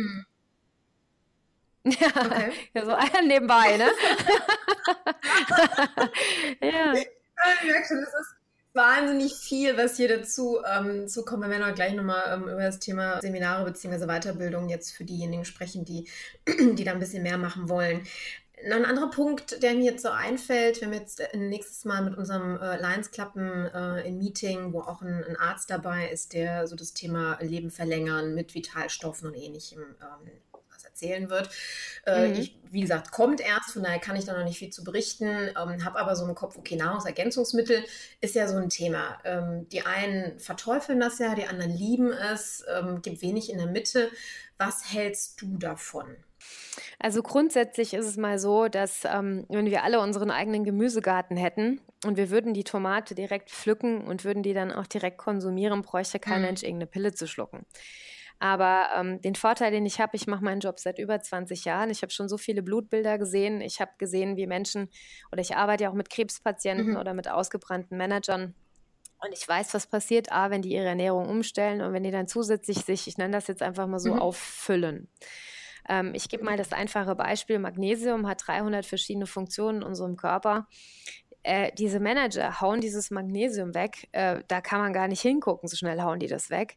Ja, okay. Ja, so nebenbei, ne? Ja. Ich merke schon, das ist wahnsinnig viel, was hier dazu kommt. Wir werden auch gleich nochmal über das Thema Seminare bzw. Weiterbildung jetzt für diejenigen sprechen, die da ein bisschen mehr machen wollen. Ein anderer Punkt, der mir jetzt so einfällt, wenn wir jetzt nächstes Mal mit unserem Lions Club im Meeting, wo auch ein Arzt dabei ist, der so das Thema Leben verlängern mit Vitalstoffen und Ähnlichem erzählen wird. Wie gesagt, kommt erst, von daher kann ich da noch nicht viel zu berichten, habe aber so im Kopf, okay, Nahrungsergänzungsmittel ist ja so ein Thema. Die einen verteufeln das ja, die anderen lieben es, gibt wenig in der Mitte. Was hältst du davon? Also grundsätzlich ist es mal so, dass wenn wir alle unseren eigenen Gemüsegarten hätten und wir würden die Tomate direkt pflücken und würden die dann auch direkt konsumieren, bräuchte kein Mensch irgendeine Pille zu schlucken. Aber den Vorteil, den ich habe, ich mache meinen Job seit über 20 Jahren. Ich habe schon so viele Blutbilder gesehen. Ich habe gesehen, wie Menschen, oder ich arbeite ja auch mit Krebspatienten oder mit ausgebrannten Managern. Und ich weiß, was passiert, wenn die ihre Ernährung umstellen und wenn die dann zusätzlich sich, ich nenne das jetzt einfach mal so, auffüllen. Ich gebe mal das einfache Beispiel. Magnesium hat 300 verschiedene Funktionen in unserem Körper. Diese Manager hauen dieses Magnesium weg, da kann man gar nicht hingucken, so schnell hauen die das weg.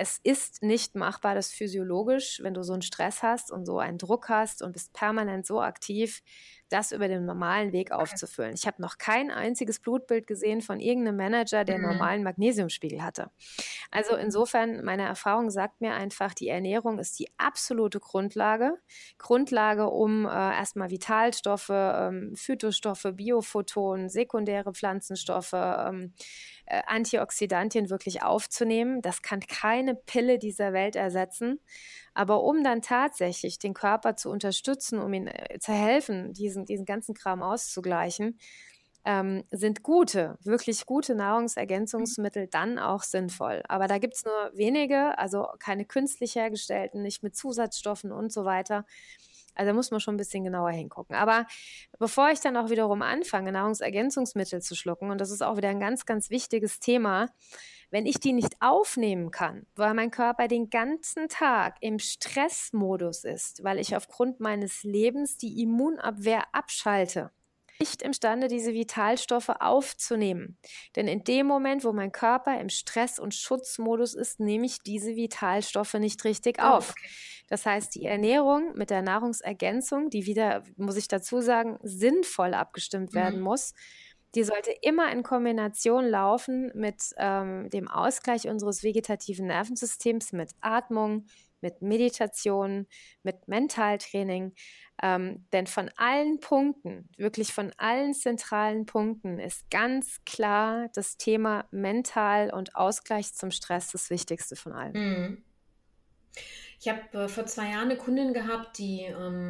es ist nicht machbar, das physiologisch, wenn du so einen Stress hast und so einen Druck hast und bist permanent so aktiv, das über den normalen Weg aufzufüllen. Ich habe noch kein einziges Blutbild gesehen von irgendeinem Manager, der normalen Magnesiumspiegel hatte. Also insofern, meine Erfahrung sagt mir einfach, die Ernährung ist die absolute Grundlage, um erstmal Vitalstoffe, Phytostoffe, Biophotonen, sekundäre Pflanzenstoffe, Antioxidantien wirklich aufzunehmen. Das kann keine Pille dieser Welt ersetzen. Aber um dann tatsächlich den Körper zu unterstützen, um ihm zu helfen, diesen ganzen Kram auszugleichen, sind wirklich gute Nahrungsergänzungsmittel dann auch sinnvoll. Aber da gibt es nur wenige, also keine künstlich hergestellten, nicht mit Zusatzstoffen und so weiter. Also da muss man schon ein bisschen genauer hingucken. Aber bevor ich dann auch wiederum anfange, Nahrungsergänzungsmittel zu schlucken, und das ist auch wieder ein ganz, ganz wichtiges Thema, wenn ich die nicht aufnehmen kann, weil mein Körper den ganzen Tag im Stressmodus ist, weil ich aufgrund meines Lebens die Immunabwehr abschalte, nicht imstande, diese Vitalstoffe aufzunehmen. Denn in dem Moment, wo mein Körper im Stress- und Schutzmodus ist, nehme ich diese Vitalstoffe nicht richtig auf. Okay. Das heißt, die Ernährung mit der Nahrungsergänzung, die wieder, muss ich dazu sagen, sinnvoll abgestimmt werden muss, die sollte immer in Kombination laufen mit dem Ausgleich unseres vegetativen Nervensystems, mit Atmung, mit Meditation, mit Mentaltraining. Denn von allen Punkten, wirklich von allen zentralen Punkten, ist ganz klar das Thema Mental und Ausgleich zum Stress das Wichtigste von allen. Ich habe vor 2 Jahren eine Kundin gehabt, die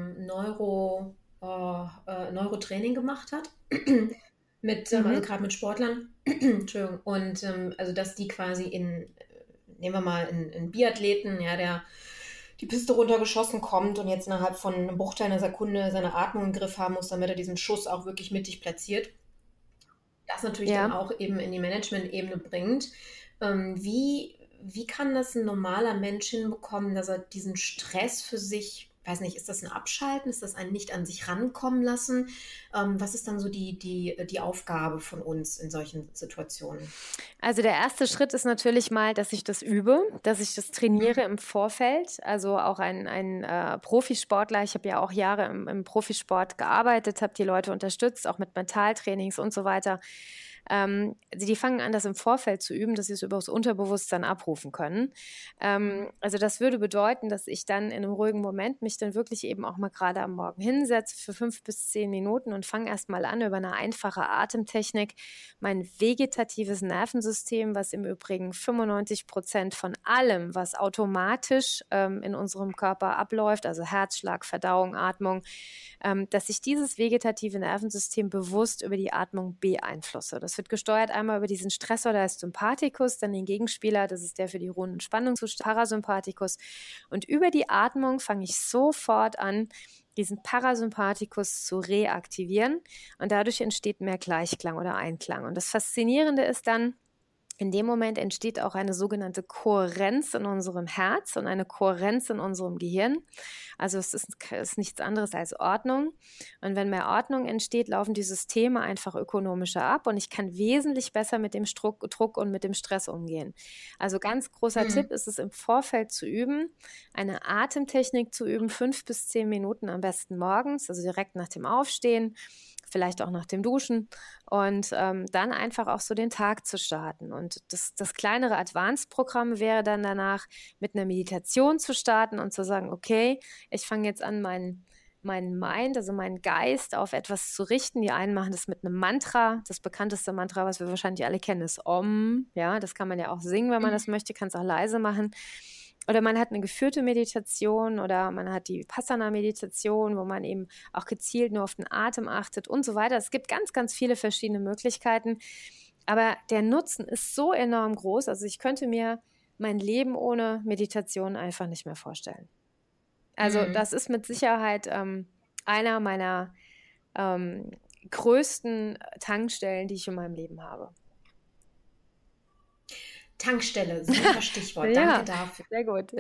Neurotraining gemacht hat. Also gerade mit Sportlern. Entschuldigung. Und also dass die quasi nehmen wir mal einen Biathleten, ja, der die Piste runtergeschossen kommt und jetzt innerhalb von einem Bruchteil einer Sekunde seine Atmung im Griff haben muss, damit er diesen Schuss auch wirklich mittig platziert. Das natürlich dann auch eben in die Management-Ebene bringt. Wie kann das ein normaler Mensch hinbekommen, dass er diesen Stress für sich, weiß nicht, ist das ein Abschalten, ist das ein nicht an sich rankommen lassen? Was ist dann so die Aufgabe von uns in solchen Situationen? Also der erste Schritt ist natürlich mal, dass ich das übe, dass ich das trainiere im Vorfeld. Also auch ein Profisportler, ich habe ja auch Jahre im Profisport gearbeitet, habe die Leute unterstützt, auch mit Mentaltrainings und so weiter. Die fangen an, das im Vorfeld zu üben, dass sie es über das Unterbewusstsein abrufen können. Also das würde bedeuten, dass ich dann in einem ruhigen Moment mich dann wirklich eben auch mal gerade am Morgen hinsetze für 5 bis 10 Minuten und fange erstmal an, über eine einfache Atemtechnik mein vegetatives Nervensystem, was im Übrigen 95% von allem, was automatisch in unserem Körper abläuft, also Herzschlag, Verdauung, Atmung, dass ich dieses vegetative Nervensystem bewusst über die Atmung beeinflusse. Das wird gesteuert einmal über diesen Stressor, der ist Sympathikus, dann den Gegenspieler, das ist der für die Ruhe- und Spannungszustand, Parasympathikus. Und über die Atmung fange ich sofort an, diesen Parasympathikus zu reaktivieren und dadurch entsteht mehr Gleichklang oder Einklang. Und das Faszinierende ist dann, in dem Moment entsteht auch eine sogenannte Kohärenz in unserem Herz und eine Kohärenz in unserem Gehirn. Also es ist nichts anderes als Ordnung. Und wenn mehr Ordnung entsteht, laufen die Systeme einfach ökonomischer ab und ich kann wesentlich besser mit dem Druck und mit dem Stress umgehen. Also ganz großer Tipp ist es, im Vorfeld zu üben, eine Atemtechnik zu üben, 5 bis 10 Minuten am besten morgens, also direkt nach dem Aufstehen, vielleicht auch nach dem Duschen und dann einfach auch so den Tag zu starten. Und das kleinere Advanced-Programm wäre dann danach, mit einer Meditation zu starten und zu sagen, okay, ich fange jetzt an, meinen Mind, also meinen Geist auf etwas zu richten. Die einen machen das mit einem Mantra. Das bekannteste Mantra, was wir wahrscheinlich alle kennen, ist Om. Ja, das kann man ja auch singen, wenn man das möchte, kann es auch leise machen. Oder man hat eine geführte Meditation oder man hat die Vipassana-Meditation, wo man eben auch gezielt nur auf den Atem achtet und so weiter. Es gibt ganz, ganz viele verschiedene Möglichkeiten. Aber der Nutzen ist so enorm groß. Also ich könnte mir mein Leben ohne Meditation einfach nicht mehr vorstellen. Also das ist mit Sicherheit einer meiner größten Tankstellen, die ich in meinem Leben habe. Tankstelle, super Stichwort. Danke dafür. Sehr gut.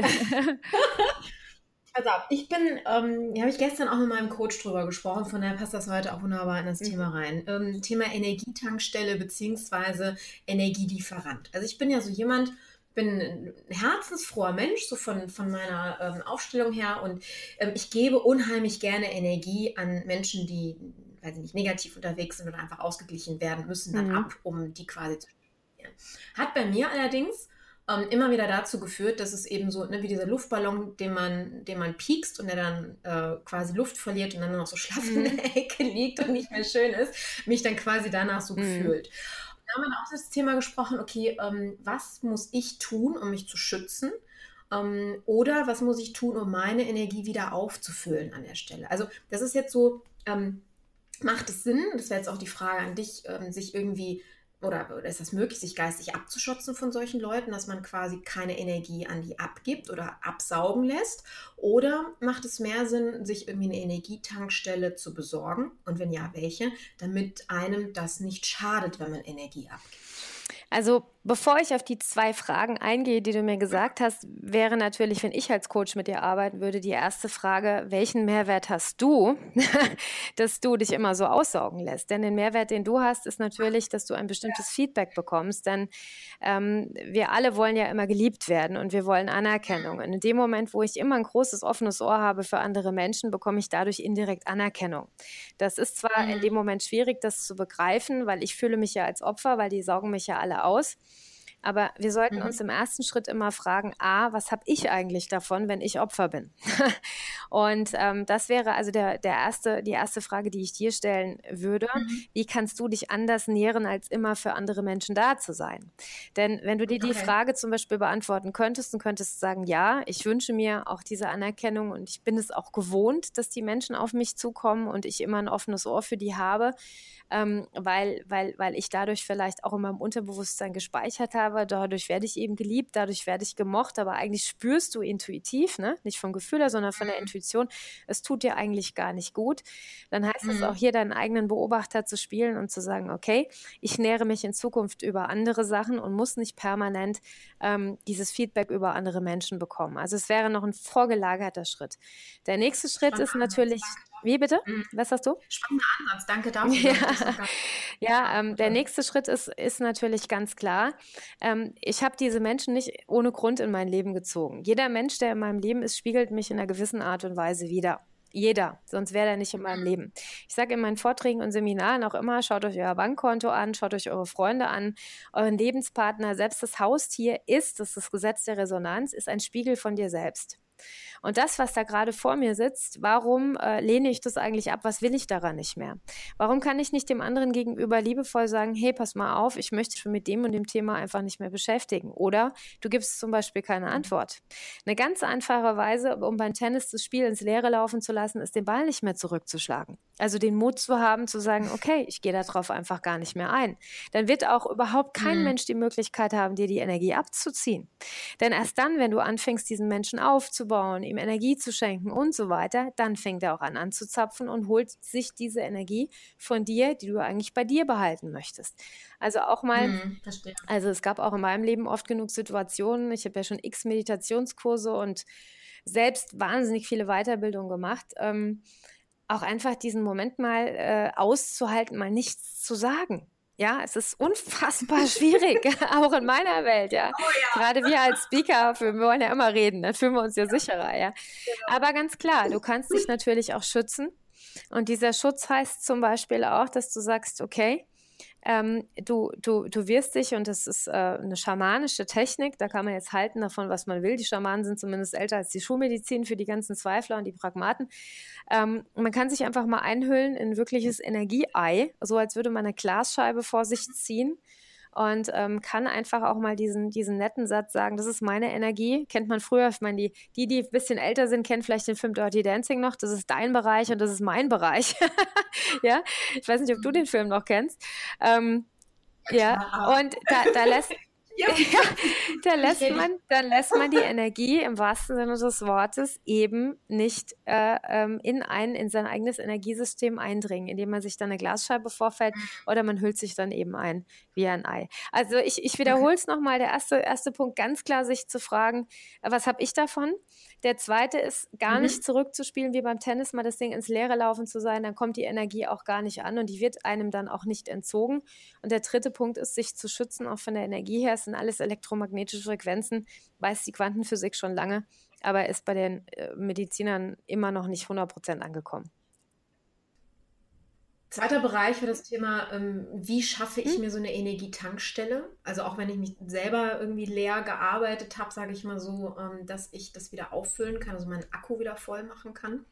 Also ich habe ich gestern auch mit meinem Coach drüber gesprochen, von daher passt das heute auch wunderbar in das Thema rein. Thema Energietankstelle bzw. Energielieferant. Also ich bin ja so jemand, bin ein herzensfroher Mensch, so von meiner Aufstellung her, und ich gebe unheimlich gerne Energie an Menschen, die, weiß ich nicht, negativ unterwegs sind oder einfach ausgeglichen werden müssen, dann ab, um die quasi zu stabilisieren. Hat bei mir allerdings immer wieder dazu geführt, dass es eben so, ne, wie dieser Luftballon, den man piekst und der dann quasi Luft verliert und dann noch so schlaff in der Ecke liegt und nicht mehr schön ist, mich dann quasi danach so gefühlt. Da haben wir auch das Thema gesprochen, okay, was muss ich tun, um mich zu schützen? Oder was muss ich tun, um meine Energie wieder aufzufüllen an der Stelle? Also das ist jetzt so, macht es Sinn, das wäre jetzt auch die Frage an dich, sich irgendwie, oder ist das möglich, sich geistig abzuschotzen von solchen Leuten, dass man quasi keine Energie an die abgibt oder absaugen lässt? Oder macht es mehr Sinn, sich irgendwie eine Energietankstelle zu besorgen? Und wenn ja, welche? Damit einem das nicht schadet, wenn man Energie abgibt. Also bevor ich auf die 2 Fragen eingehe, die du mir gesagt hast, wäre natürlich, wenn ich als Coach mit dir arbeiten würde, die erste Frage, welchen Mehrwert hast du, dass du dich immer so aussaugen lässt? Denn den Mehrwert, den du hast, ist natürlich, dass du ein bestimmtes Feedback bekommst, denn wir alle wollen ja immer geliebt werden und wir wollen Anerkennung. Und in dem Moment, wo ich immer ein großes, offenes Ohr habe für andere Menschen, bekomme ich dadurch indirekt Anerkennung. Das ist zwar in dem Moment schwierig, das zu begreifen, weil ich fühle mich ja als Opfer, weil die saugen mich ja alle aus. Aber wir sollten uns im ersten Schritt immer fragen, was habe ich eigentlich davon, wenn ich Opfer bin? Und das wäre also die erste Frage, die ich dir stellen würde. Wie kannst du dich anders nähren, als immer für andere Menschen da zu sein? Denn wenn du dir die Frage zum Beispiel beantworten könntest und könntest sagen, ja, ich wünsche mir auch diese Anerkennung und ich bin es auch gewohnt, dass die Menschen auf mich zukommen und ich immer ein offenes Ohr für die habe, weil ich dadurch vielleicht auch in meinem Unterbewusstsein gespeichert habe, dadurch werde ich eben geliebt, dadurch werde ich gemocht, aber eigentlich spürst du intuitiv, ne? Nicht vom Gefühl her, sondern von der Intuition, es tut dir eigentlich gar nicht gut. Dann heißt es auch hier, deinen eigenen Beobachter zu spielen und zu sagen, okay, ich nähere mich in Zukunft über andere Sachen und muss nicht permanent dieses Feedback über andere Menschen bekommen. Also es wäre noch ein vorgelagerter Schritt. Der nächste Schritt ist natürlich... Wie bitte? Was hast du? Spannender Ansatz, danke dafür. Der nächste Schritt ist natürlich ganz klar. Ich habe diese Menschen nicht ohne Grund in mein Leben gezogen. Jeder Mensch, der in meinem Leben ist, spiegelt mich in einer gewissen Art und Weise wider. Jeder, sonst wäre er nicht in meinem Leben. Ich sage in meinen Vorträgen und Seminaren auch immer, schaut euch euer Bankkonto an, schaut euch eure Freunde an, euren Lebenspartner, selbst das Haustier das ist das Gesetz der Resonanz, ist ein Spiegel von dir selbst. Und das, was da gerade vor mir sitzt, warum lehne ich das eigentlich ab? Was will ich daran nicht mehr? Warum kann ich nicht dem anderen gegenüber liebevoll sagen, hey, pass mal auf, ich möchte mich mit dem und dem Thema einfach nicht mehr beschäftigen? Oder du gibst zum Beispiel keine Antwort. Eine ganz einfache Weise, um beim Tennis das Spiel ins Leere laufen zu lassen, ist, den Ball nicht mehr zurückzuschlagen. Also den Mut zu haben, zu sagen, okay, ich gehe darauf einfach gar nicht mehr ein. Dann wird auch überhaupt kein Mensch die Möglichkeit haben, dir die Energie abzuziehen. Denn erst dann, wenn du anfängst, diesen Menschen aufzubauen, ihm Energie zu schenken und so weiter, dann fängt er auch an anzuzapfen und holt sich diese Energie von dir, die du eigentlich bei dir behalten möchtest. Also auch mal, also es gab auch in meinem Leben oft genug Situationen, ich habe ja schon x Meditationskurse und selbst wahnsinnig viele Weiterbildungen gemacht, auch einfach diesen Moment mal auszuhalten, mal nichts zu sagen. Ja, es ist unfassbar schwierig, auch in meiner Welt, ja. Oh ja. Gerade wir als Speaker, wir wollen ja immer reden, dann fühlen wir uns ja sicherer, ja. Aber ganz klar, du kannst dich natürlich auch schützen. Und dieser Schutz heißt zum Beispiel auch, dass du sagst, okay, du wirst dich, und das ist eine schamanische Technik, da kann man jetzt halten davon, was man will. Die Schamanen sind zumindest älter als die Schulmedizin für die ganzen Zweifler und die Pragmaten. Man kann sich einfach mal einhüllen in wirkliches Energieei, so als würde man eine Glasscheibe vor sich ziehen und kann einfach auch mal diesen netten Satz sagen, das ist meine Energie, kennt man früher, ich meine, die ein bisschen älter sind, kennen vielleicht den Film Dirty Dancing noch, das ist dein Bereich und das ist mein Bereich. Ja, ich weiß nicht, ob du den Film noch kennst. Ja, und da lässt man die Energie im wahrsten Sinne des Wortes eben nicht in sein eigenes Energiesystem eindringen, indem man sich dann eine Glasscheibe vorfällt oder man hüllt sich dann eben ein wie ein Ei. Also ich wiederhole es nochmal, der erste Punkt, ganz klar sich zu fragen, was habe ich davon? Der zweite ist, gar nicht zurückzuspielen wie beim Tennis, mal das Ding ins Leere laufen zu sein, dann kommt die Energie auch gar nicht an und die wird einem dann auch nicht entzogen. Und der dritte Punkt ist, sich zu schützen, auch von der Energie her, es sind alles elektromagnetische Frequenzen, weiß die Quantenphysik schon lange, aber ist bei den Medizinern immer noch nicht 100% angekommen. Zweiter Bereich für das Thema, wie schaffe ich mir so eine Energietankstelle? Also auch wenn ich mich selber irgendwie leer gearbeitet habe, sage ich mal so, dass ich das wieder auffüllen kann, also meinen Akku wieder voll machen kann.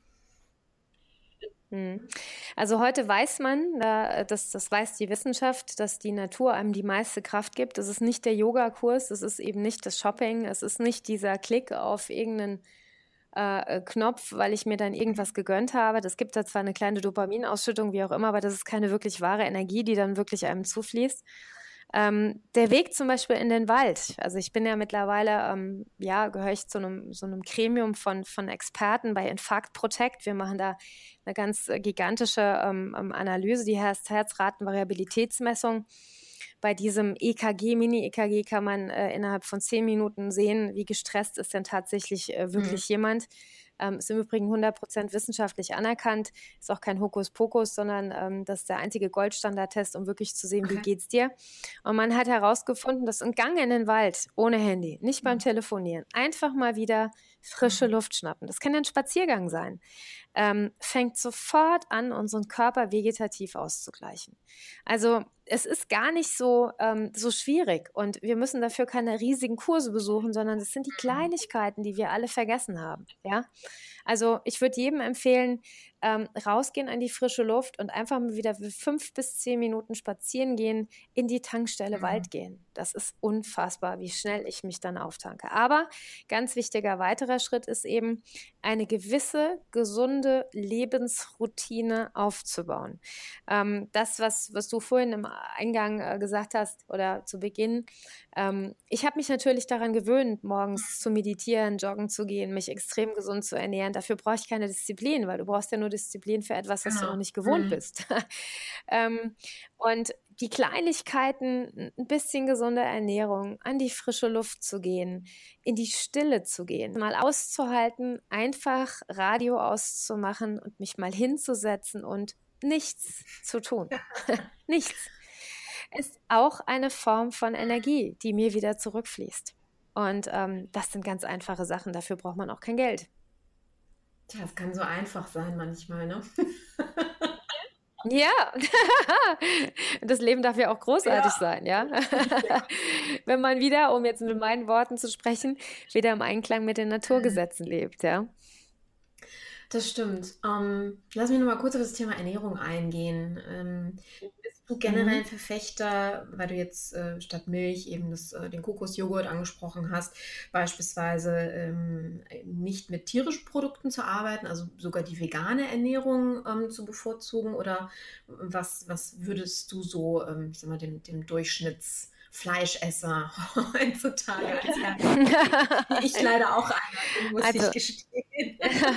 Also heute weiß man, das weiß die Wissenschaft, dass die Natur einem die meiste Kraft gibt. Es ist nicht der Yogakurs, es ist eben nicht das Shopping, es ist nicht dieser Klick auf irgendeinen Knopf, weil ich mir dann irgendwas gegönnt habe. Das gibt da zwar eine kleine Dopaminausschüttung, wie auch immer, aber das ist keine wirklich wahre Energie, die dann wirklich einem zufließt. Der Weg zum Beispiel in den Wald. Also ich bin ja mittlerweile, gehöre ich zu so einem Gremium von Experten bei Infarkt Protect. Wir machen da eine ganz gigantische Analyse, die heißt Herzratenvariabilitätsmessung. Bei diesem EKG, Mini-EKG kann man innerhalb von 10 Minuten sehen, wie gestresst ist denn tatsächlich wirklich jemand. Ist im Übrigen 100% wissenschaftlich anerkannt, ist auch kein Hokuspokus, sondern das ist der einzige Goldstandardtest, um wirklich zu sehen, wie geht's dir. Und man hat herausgefunden, dass ein Gang in den Wald ohne Handy, nicht beim Telefonieren, einfach mal wieder frische Luft schnappen, das kann ja ein Spaziergang sein, fängt sofort an, unseren Körper vegetativ auszugleichen. Also es ist gar nicht so schwierig und wir müssen dafür keine riesigen Kurse besuchen, sondern es sind die Kleinigkeiten, die wir alle vergessen haben. Ja? Also ich würde jedem empfehlen, rausgehen an die frische Luft und einfach mal wieder 5 bis 10 Minuten spazieren gehen, in die Tankstelle Wald gehen. Das ist unfassbar, wie schnell ich mich dann auftanke. Aber ganz wichtiger weiterer Schritt ist eben, eine gewisse gesunde Lebensroutine aufzubauen. Das, was du vorhin im Eingang gesagt hast oder zu Beginn, ich habe mich natürlich daran gewöhnt, morgens zu meditieren, joggen zu gehen, mich extrem gesund zu ernähren. Dafür brauche ich keine Disziplin, weil du brauchst ja nur Disziplin für etwas, was du noch nicht gewohnt bist. Und die Kleinigkeiten, ein bisschen gesunde Ernährung, an die frische Luft zu gehen, in die Stille zu gehen, mal auszuhalten, einfach Radio auszumachen und mich mal hinzusetzen und nichts zu tun. Nichts. Ist auch eine Form von Energie, die mir wieder zurückfließt. Und das sind ganz einfache Sachen, dafür braucht man auch kein Geld. Tja, es kann so einfach sein manchmal, ne? Ja, das Leben darf ja auch großartig sein, ja. Wenn man wieder, um jetzt mit meinen Worten zu sprechen, wieder im Einklang mit den Naturgesetzen lebt, ja. Das stimmt. Lass mich noch mal kurz auf das Thema Ernährung eingehen. Bist du generell ein Verfechter, weil du jetzt statt Milch eben den Kokosjoghurt angesprochen hast, beispielsweise nicht mit tierischen Produkten zu arbeiten, also sogar die vegane Ernährung zu bevorzugen? Oder was würdest du so, ich sag mal, dem Durchschnittsfleischesser heutzutage ich leider auch einer, muss ich gestehen.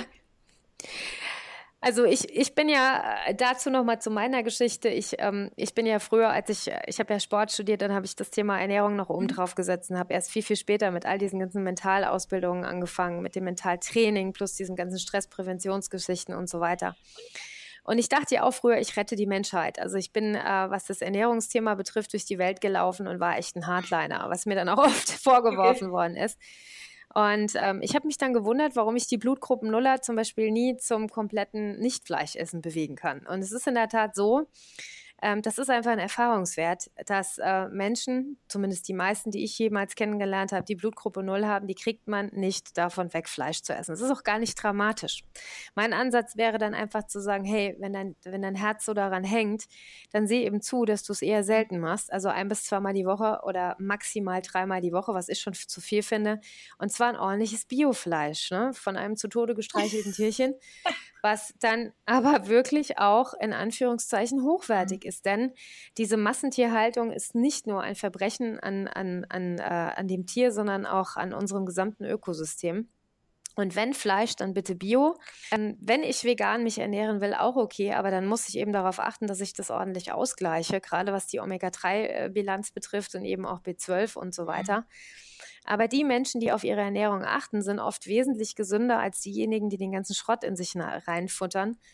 Also ich bin ja dazu nochmal zu meiner Geschichte. Ich bin ja früher, ich habe ja Sport studiert, dann habe ich das Thema Ernährung noch oben drauf gesetzt und habe erst viel, viel später mit all diesen ganzen Mentalausbildungen angefangen, mit dem Mentaltraining plus diesen ganzen Stresspräventionsgeschichten und so weiter. Und ich dachte ja auch früher, ich rette die Menschheit. Also ich bin, was das Ernährungsthema betrifft, durch die Welt gelaufen und war echt ein Hardliner, was mir dann auch oft vorgeworfen worden ist. Und ich habe mich dann gewundert, warum ich die Blutgruppen Nuller zum Beispiel nie zum kompletten Nicht-Fleischessen bewegen kann. Und es ist in der Tat so, das ist einfach ein Erfahrungswert, dass Menschen, zumindest die meisten, die ich jemals kennengelernt habe, die Blutgruppe 0 haben, die kriegt man nicht davon weg, Fleisch zu essen. Das ist auch gar nicht dramatisch. Mein Ansatz wäre dann einfach zu sagen, hey, wenn dein Herz so daran hängt, dann seh eben zu, dass du es eher selten machst, also 1 bis 2 Mal die Woche oder maximal 3 Mal die Woche, was ich schon zu viel finde. Und zwar ein ordentliches Biofleisch, ne? Von einem zu Tode gestreichelten Tierchen, was dann aber wirklich auch in Anführungszeichen hochwertig ist. Denn diese Massentierhaltung ist nicht nur ein Verbrechen an dem Tier, sondern auch an unserem gesamten Ökosystem. Und wenn Fleisch, dann bitte Bio. Wenn ich vegan mich ernähren will, auch okay, aber dann muss ich eben darauf achten, dass ich das ordentlich ausgleiche, gerade was die Omega-3-Bilanz betrifft und eben auch B12 und so weiter. Aber die Menschen, die auf ihre Ernährung achten, sind oft wesentlich gesünder als diejenigen, die den ganzen Schrott in sich reinfuttern.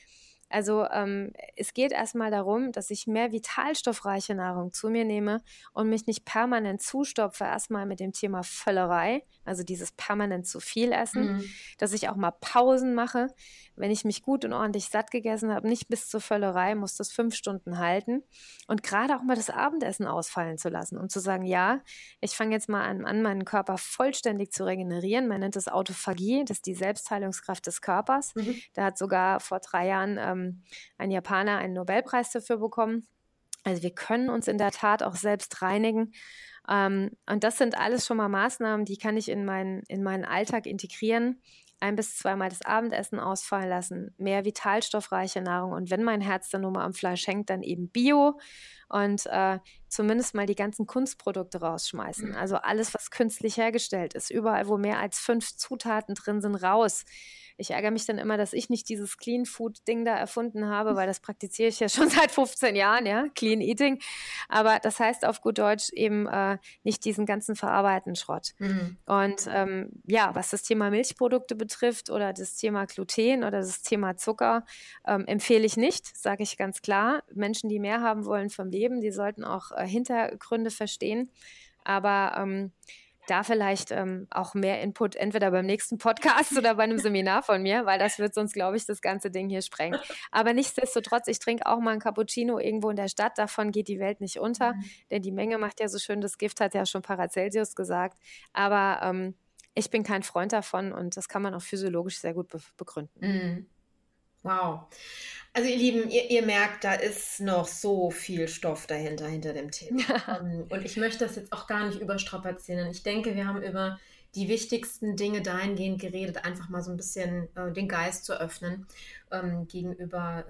Also es geht erstmal darum, dass ich mehr vitalstoffreiche Nahrung zu mir nehme und mich nicht permanent zustopfe, erstmal mit dem Thema Völlerei, also dieses permanent zu viel Essen, dass ich auch mal Pausen mache. Wenn ich mich gut und ordentlich satt gegessen habe, nicht bis zur Völlerei, muss das 5 Stunden halten und gerade auch mal das Abendessen ausfallen zu lassen und zu sagen, ja, ich fange jetzt mal an, meinen Körper vollständig zu regenerieren. Man nennt das Autophagie, das ist die Selbstheilungskraft des Körpers. Da hat sogar vor 3 Jahren ein Japaner einen Nobelpreis dafür bekommen. Also wir können uns in der Tat auch selbst reinigen. Und das sind alles schon mal Maßnahmen, die kann ich in meinen Alltag integrieren. 1 bis 2 Mal das Abendessen ausfallen lassen, mehr vitalstoffreiche Nahrung und wenn mein Herz dann nur mal am Fleisch hängt, dann eben Bio und zumindest mal die ganzen Kunstprodukte rausschmeißen. Also alles, was künstlich hergestellt ist, überall, wo mehr als 5 Zutaten drin sind, raus. Ich ärgere mich dann immer, dass ich nicht dieses Clean Food Ding da erfunden habe, weil das praktiziere ich ja schon seit 15 Jahren, ja, Clean Eating. Aber das heißt auf gut Deutsch eben nicht diesen ganzen verarbeiteten Schrott. Und ja, was das Thema Milchprodukte betrifft oder das Thema Gluten oder das Thema Zucker, empfehle ich nicht, sage ich ganz klar. Menschen, die mehr haben wollen vom Leben, die sollten auch Hintergründe verstehen. Aber da vielleicht auch mehr Input, entweder beim nächsten Podcast oder bei einem Seminar von mir, weil das wird sonst, glaube ich, das ganze Ding hier sprengen. Aber nichtsdestotrotz, ich trinke auch mal einen Cappuccino irgendwo in der Stadt, davon geht die Welt nicht unter, denn die Menge macht ja so schön das Gift, hat ja schon Paracelsus gesagt. Aber ich bin kein Freund davon und das kann man auch physiologisch sehr gut begründen. Wow. Also ihr Lieben, ihr merkt, da ist noch so viel Stoff dahinter, hinter dem Thema. Und ich möchte das jetzt auch gar nicht überstrapazieren. Ich denke, wir haben über die wichtigsten Dinge dahingehend geredet, einfach mal so ein bisschen den Geist zu öffnen gegenüber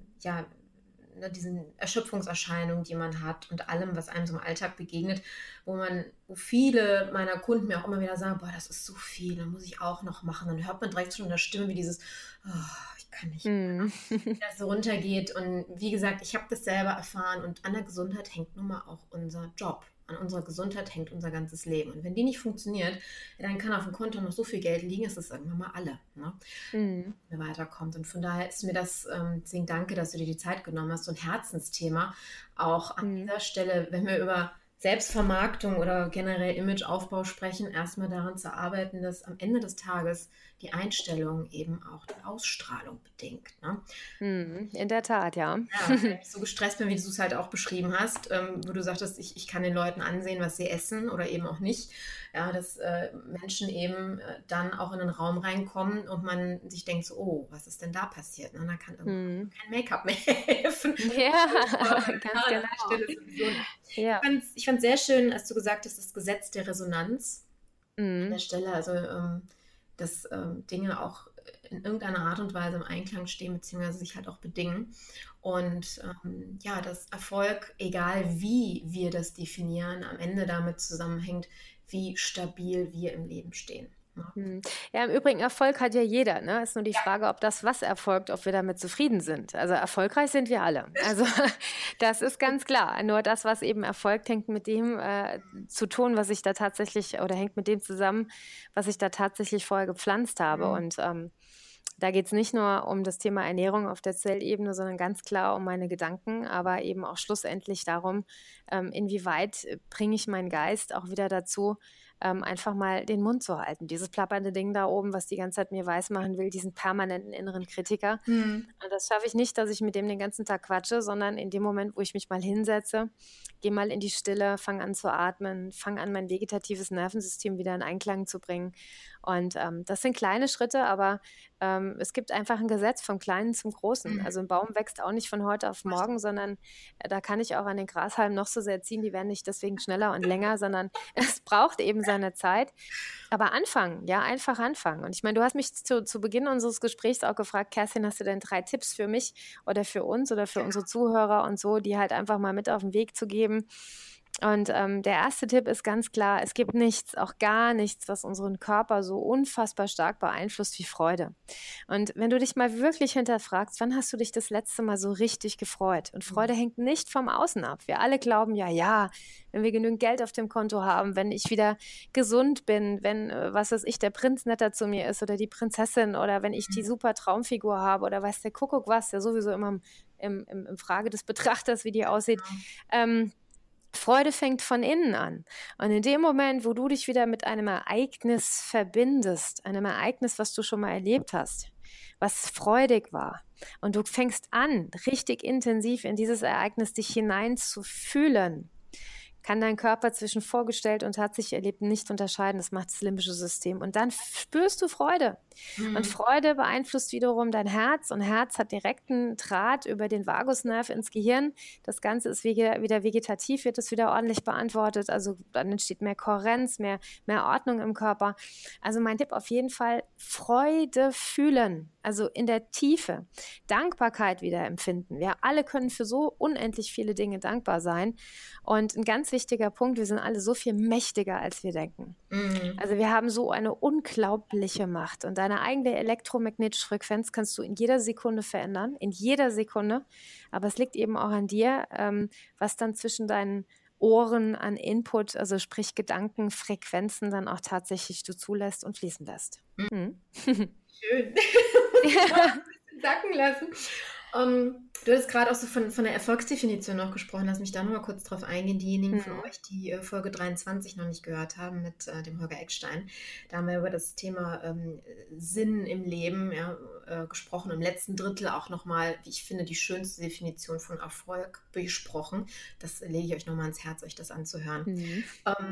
diesen Erschöpfungserscheinungen, die man hat und allem, was einem so im Alltag begegnet, wo viele meiner Kunden mir auch immer wieder sagen, boah, das ist so viel, dann muss ich auch noch machen. Dann hört man direkt schon in der Stimme, wie dieses, ich kann nicht mehr, das so runtergeht. Und wie gesagt, ich habe das selber erfahren und an der Gesundheit hängt nun mal auch unser Job. An unserer Gesundheit hängt unser ganzes Leben. Und wenn die nicht funktioniert, dann kann auf dem Konto noch so viel Geld liegen, ist das irgendwann mal alle, ne? Wenn weiterkommt. Und von daher ist mir das, deswegen danke, dass du dir die Zeit genommen hast, so ein Herzensthema auch an dieser Stelle, wenn wir über Selbstvermarktung oder generell Imageaufbau sprechen, erstmal daran zu arbeiten, dass am Ende des Tages die Einstellung eben auch die Ausstrahlung bedingt. Ne? In der Tat, ja. Wenn ich so gestresst bin, wie du es halt auch beschrieben hast, wo du sagtest, ich kann den Leuten ansehen, was sie essen oder eben auch nicht. Ja, dass Menschen eben dann auch in den Raum reinkommen und man sich denkt so, oh, was ist denn da passiert? Ne? Da kann kein Make-up mehr helfen. Ja, ganz genau. Ja. Ich fand es sehr schön, als du gesagt hast, das Gesetz der Resonanz an der Stelle, also dass Dinge auch in irgendeiner Art und Weise im Einklang stehen, beziehungsweise sich halt auch bedingen. Und dass Erfolg, egal wie wir das definieren, am Ende damit zusammenhängt, wie stabil wir im Leben stehen. Ja, im Übrigen, Erfolg hat ja jeder, ne? Ist nur die Frage, ob das, was erfolgt, ob wir damit zufrieden sind. Also erfolgreich sind wir alle. Also das ist ganz klar. Nur das, was eben erfolgt, hängt mit dem zu tun, was ich da tatsächlich, oder hängt mit dem zusammen, was ich da tatsächlich vorher gepflanzt habe. Und da geht es nicht nur um das Thema Ernährung auf der Zellebene, sondern ganz klar um meine Gedanken, aber eben auch schlussendlich darum, inwieweit bringe ich meinen Geist auch wieder dazu, einfach mal den Mund zu halten. Dieses plappernde Ding da oben, was die ganze Zeit mir weismachen will, diesen permanenten inneren Kritiker. Und das schaffe ich nicht, dass ich mit dem den ganzen Tag quatsche, sondern in dem Moment, wo ich mich mal hinsetze, gehe mal in die Stille, fange an zu atmen, fange an, mein vegetatives Nervensystem wieder in Einklang zu bringen. Und das sind kleine Schritte, aber es gibt einfach ein Gesetz vom Kleinen zum Großen. Also ein Baum wächst auch nicht von heute auf morgen, sondern da kann ich auch an den Grashalmen noch so sehr ziehen, die werden nicht deswegen schneller und länger, sondern es braucht eben seine Zeit. Aber anfangen, ja, einfach anfangen. Und ich meine, du hast mich zu Beginn unseres Gesprächs auch gefragt, Kerstin, hast du denn 3 Tipps für mich oder für uns oder für unsere Zuhörer und so, die halt einfach mal mit auf den Weg zu geben? Und der erste Tipp ist ganz klar, es gibt nichts, auch gar nichts, was unseren Körper so unfassbar stark beeinflusst wie Freude. Und wenn du dich mal wirklich hinterfragst, wann hast du dich das letzte Mal so richtig gefreut? Und Freude hängt nicht vom Außen ab. Wir alle glauben ja, wenn wir genügend Geld auf dem Konto haben, wenn ich wieder gesund bin, wenn, was weiß ich, der Prinz netter zu mir ist oder die Prinzessin oder wenn ich die super Traumfigur habe oder weiß der Kuckuck was, ja sowieso immer im Frage des Betrachters, wie die aussieht. Freude fängt von innen an. Und in dem Moment, wo du dich wieder mit einem Ereignis verbindest, einem Ereignis, was du schon mal erlebt hast, was freudig war, und du fängst an, richtig intensiv in dieses Ereignis dich hineinzufühlen, kann dein Körper zwischen vorgestellt und tatsächlich erlebt nicht unterscheiden. Das macht das limbische System. Und dann spürst du Freude. Und Freude beeinflusst wiederum dein Herz. Und Herz hat direkten Draht über den Vagusnerv ins Gehirn. Das Ganze ist wieder vegetativ, wird es wieder ordentlich beantwortet. Also dann entsteht mehr Kohärenz, mehr Ordnung im Körper. Also mein Tipp auf jeden Fall, Freude fühlen. Also in der Tiefe. Dankbarkeit wieder empfinden. Wir alle können für so unendlich viele Dinge dankbar sein. Und ein ganz wichtiger Punkt, wir sind alle so viel mächtiger, als wir denken. Also wir haben so eine unglaubliche Macht. Und deine eigene elektromagnetische Frequenz kannst du in jeder Sekunde verändern. In jeder Sekunde. Aber es liegt eben auch an dir, was dann zwischen deinen Ohren an Input, also sprich Gedanken, Frequenzen dann auch tatsächlich du zulässt und fließen lässt. Schön. Sacken lassen. Du hattest gerade auch so von der Erfolgsdefinition noch gesprochen. Lass mich da nochmal kurz drauf eingehen. Diejenigen von euch, die Folge 23 noch nicht gehört haben mit dem Holger Eckstein, da haben wir über das Thema Sinn im Leben gesprochen. Im letzten Drittel auch nochmal, wie ich finde, die schönste Definition von Erfolg besprochen. Das lege ich euch nochmal ans Herz, euch das anzuhören.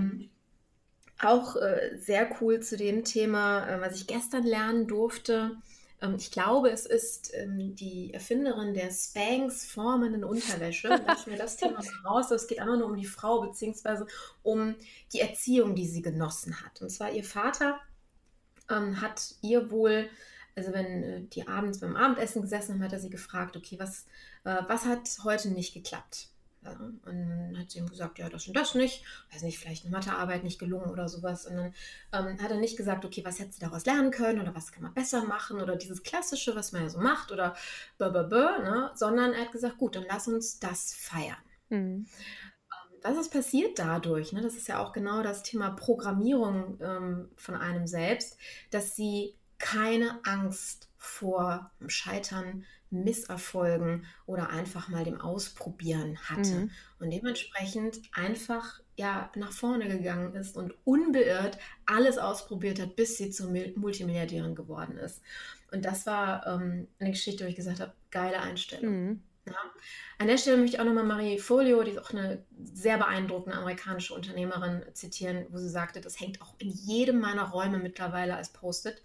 Auch sehr cool zu dem Thema, was ich gestern lernen durfte. Ich glaube, es ist die Erfinderin der Spanx formenden Unterwäsche. Lass mir das Thema mal raus. Es geht einfach nur um die Frau, beziehungsweise um die Erziehung, die sie genossen hat. Und zwar ihr Vater hat ihr wohl, also wenn die abends beim Abendessen gesessen haben, hat er sie gefragt, okay, was hat heute nicht geklappt? Ja, und dann hat sie ihm gesagt, ja, das und das nicht, weiß nicht, vielleicht eine Mathearbeit nicht gelungen oder sowas. Und dann hat er nicht gesagt, okay, was hättest du daraus lernen können oder was kann man besser machen oder dieses Klassische, was man ja so macht oder ne? Sondern er hat gesagt, gut, dann lass uns das feiern. Was ist passiert dadurch? Ne? Das ist ja auch genau das Thema Programmierung von einem selbst, dass sie keine Angst vor dem Scheitern, Misserfolgen oder einfach mal dem Ausprobieren hatte und dementsprechend einfach nach vorne gegangen ist und unbeirrt alles ausprobiert hat, bis sie zur Multimilliardärin geworden ist. Und das war eine Geschichte, wo ich gesagt habe, geile Einstellung. Ja. An der Stelle möchte ich auch nochmal Marie Folio, die ist auch eine sehr beeindruckende amerikanische Unternehmerin, zitieren, wo sie sagte, das hängt auch in jedem meiner Räume mittlerweile als Post-it.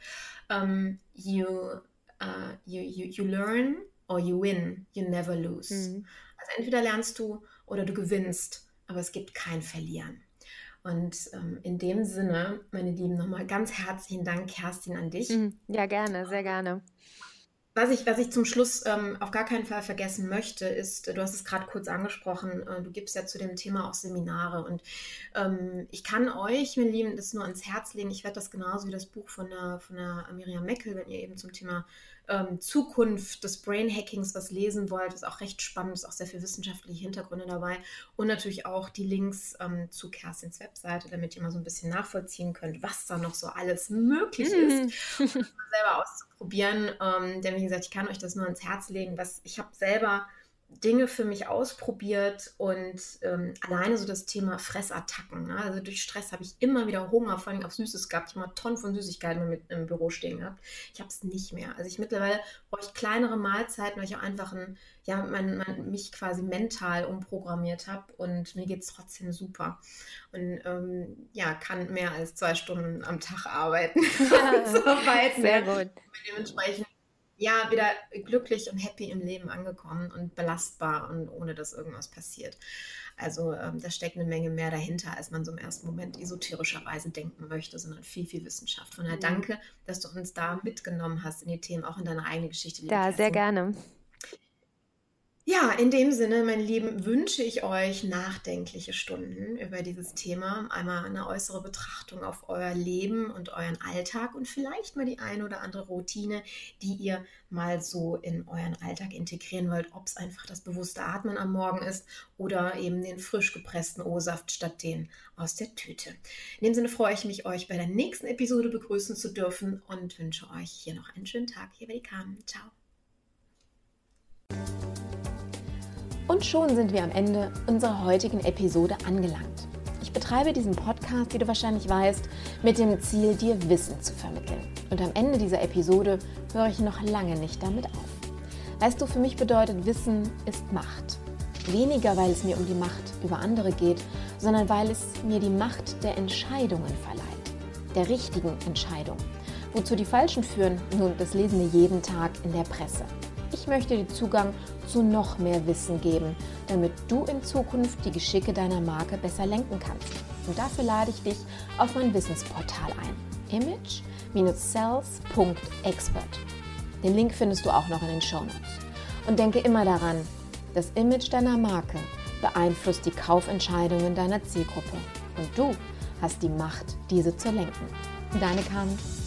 You learn or you win, you never lose. Also entweder lernst du oder du gewinnst, aber es gibt kein Verlieren. Und in dem Sinne, meine Lieben, nochmal ganz herzlichen Dank, Kerstin, an dich. Ja, gerne, sehr gerne. Was ich zum Schluss auf gar keinen Fall vergessen möchte, ist, du hast es gerade kurz angesprochen, du gibst ja zu dem Thema auch Seminare und ich kann euch, meine Lieben, das nur ans Herz legen. Ich werde das genauso wie das Buch von der Miriam Meckel, wenn ihr eben zum Thema Zukunft des Brain-Hackings was lesen wollt, ist auch recht spannend, ist auch sehr viel wissenschaftliche Hintergründe dabei und natürlich auch die Links zu Kerstins Webseite, damit ihr mal so ein bisschen nachvollziehen könnt, was da noch so alles möglich ist, um das mal selber auszuprobieren. Denn wie gesagt, ich kann euch das nur ans Herz legen, ich habe selber Dinge für mich ausprobiert und alleine so das Thema Fressattacken. Ne? Also durch Stress habe ich immer wieder Hunger, vor allem auf Süßes gehabt. Ich habe immer Tonnen von Süßigkeiten mit im Büro stehen gehabt. Ich habe es nicht mehr. Also mittlerweile brauche ich kleinere Mahlzeiten, weil ich auch einfach mich quasi mental umprogrammiert habe und mir geht es trotzdem super. Und kann mehr als 2 Stunden am Tag arbeiten. Sehr gut. Dementsprechend wieder glücklich und happy im Leben angekommen und belastbar und ohne dass irgendwas passiert. Also da steckt eine Menge mehr dahinter, als man so im ersten Moment esoterischerweise denken möchte, sondern viel, viel Wissenschaft. Von daher danke, dass du uns da mitgenommen hast in die Themen, auch in deine eigene Geschichte. Ja, sehr gerne. Ja, in dem Sinne, meine Lieben, wünsche ich euch nachdenkliche Stunden über dieses Thema. Einmal eine äußere Betrachtung auf euer Leben und euren Alltag und vielleicht mal die eine oder andere Routine, die ihr mal so in euren Alltag integrieren wollt. Ob es einfach das bewusste Atmen am Morgen ist oder eben den frisch gepressten O-Saft statt den aus der Tüte. In dem Sinne freue ich mich, euch bei der nächsten Episode begrüßen zu dürfen und wünsche euch hier noch einen schönen Tag. Hier war die Carmen. Ciao. Und schon sind wir am Ende unserer heutigen Episode angelangt. Ich betreibe diesen Podcast, wie du wahrscheinlich weißt, mit dem Ziel, dir Wissen zu vermitteln. Und am Ende dieser Episode höre ich noch lange nicht damit auf. Weißt du, für mich bedeutet Wissen ist Macht. Weniger, weil es mir um die Macht über andere geht, sondern weil es mir die Macht der Entscheidungen verleiht. Der richtigen Entscheidung. Wozu die falschen führen, nun, das lesen wir jeden Tag in der Presse. Ich möchte dir Zugang zu noch mehr Wissen geben, damit du in Zukunft die Geschicke deiner Marke besser lenken kannst. Und dafür lade ich dich auf mein Wissensportal ein. image-sales.expert. Den Link findest du auch noch in den Shownotes. Und denke immer daran, das Image deiner Marke beeinflusst die Kaufentscheidungen deiner Zielgruppe. Und du hast die Macht, diese zu lenken. Deine Carmen.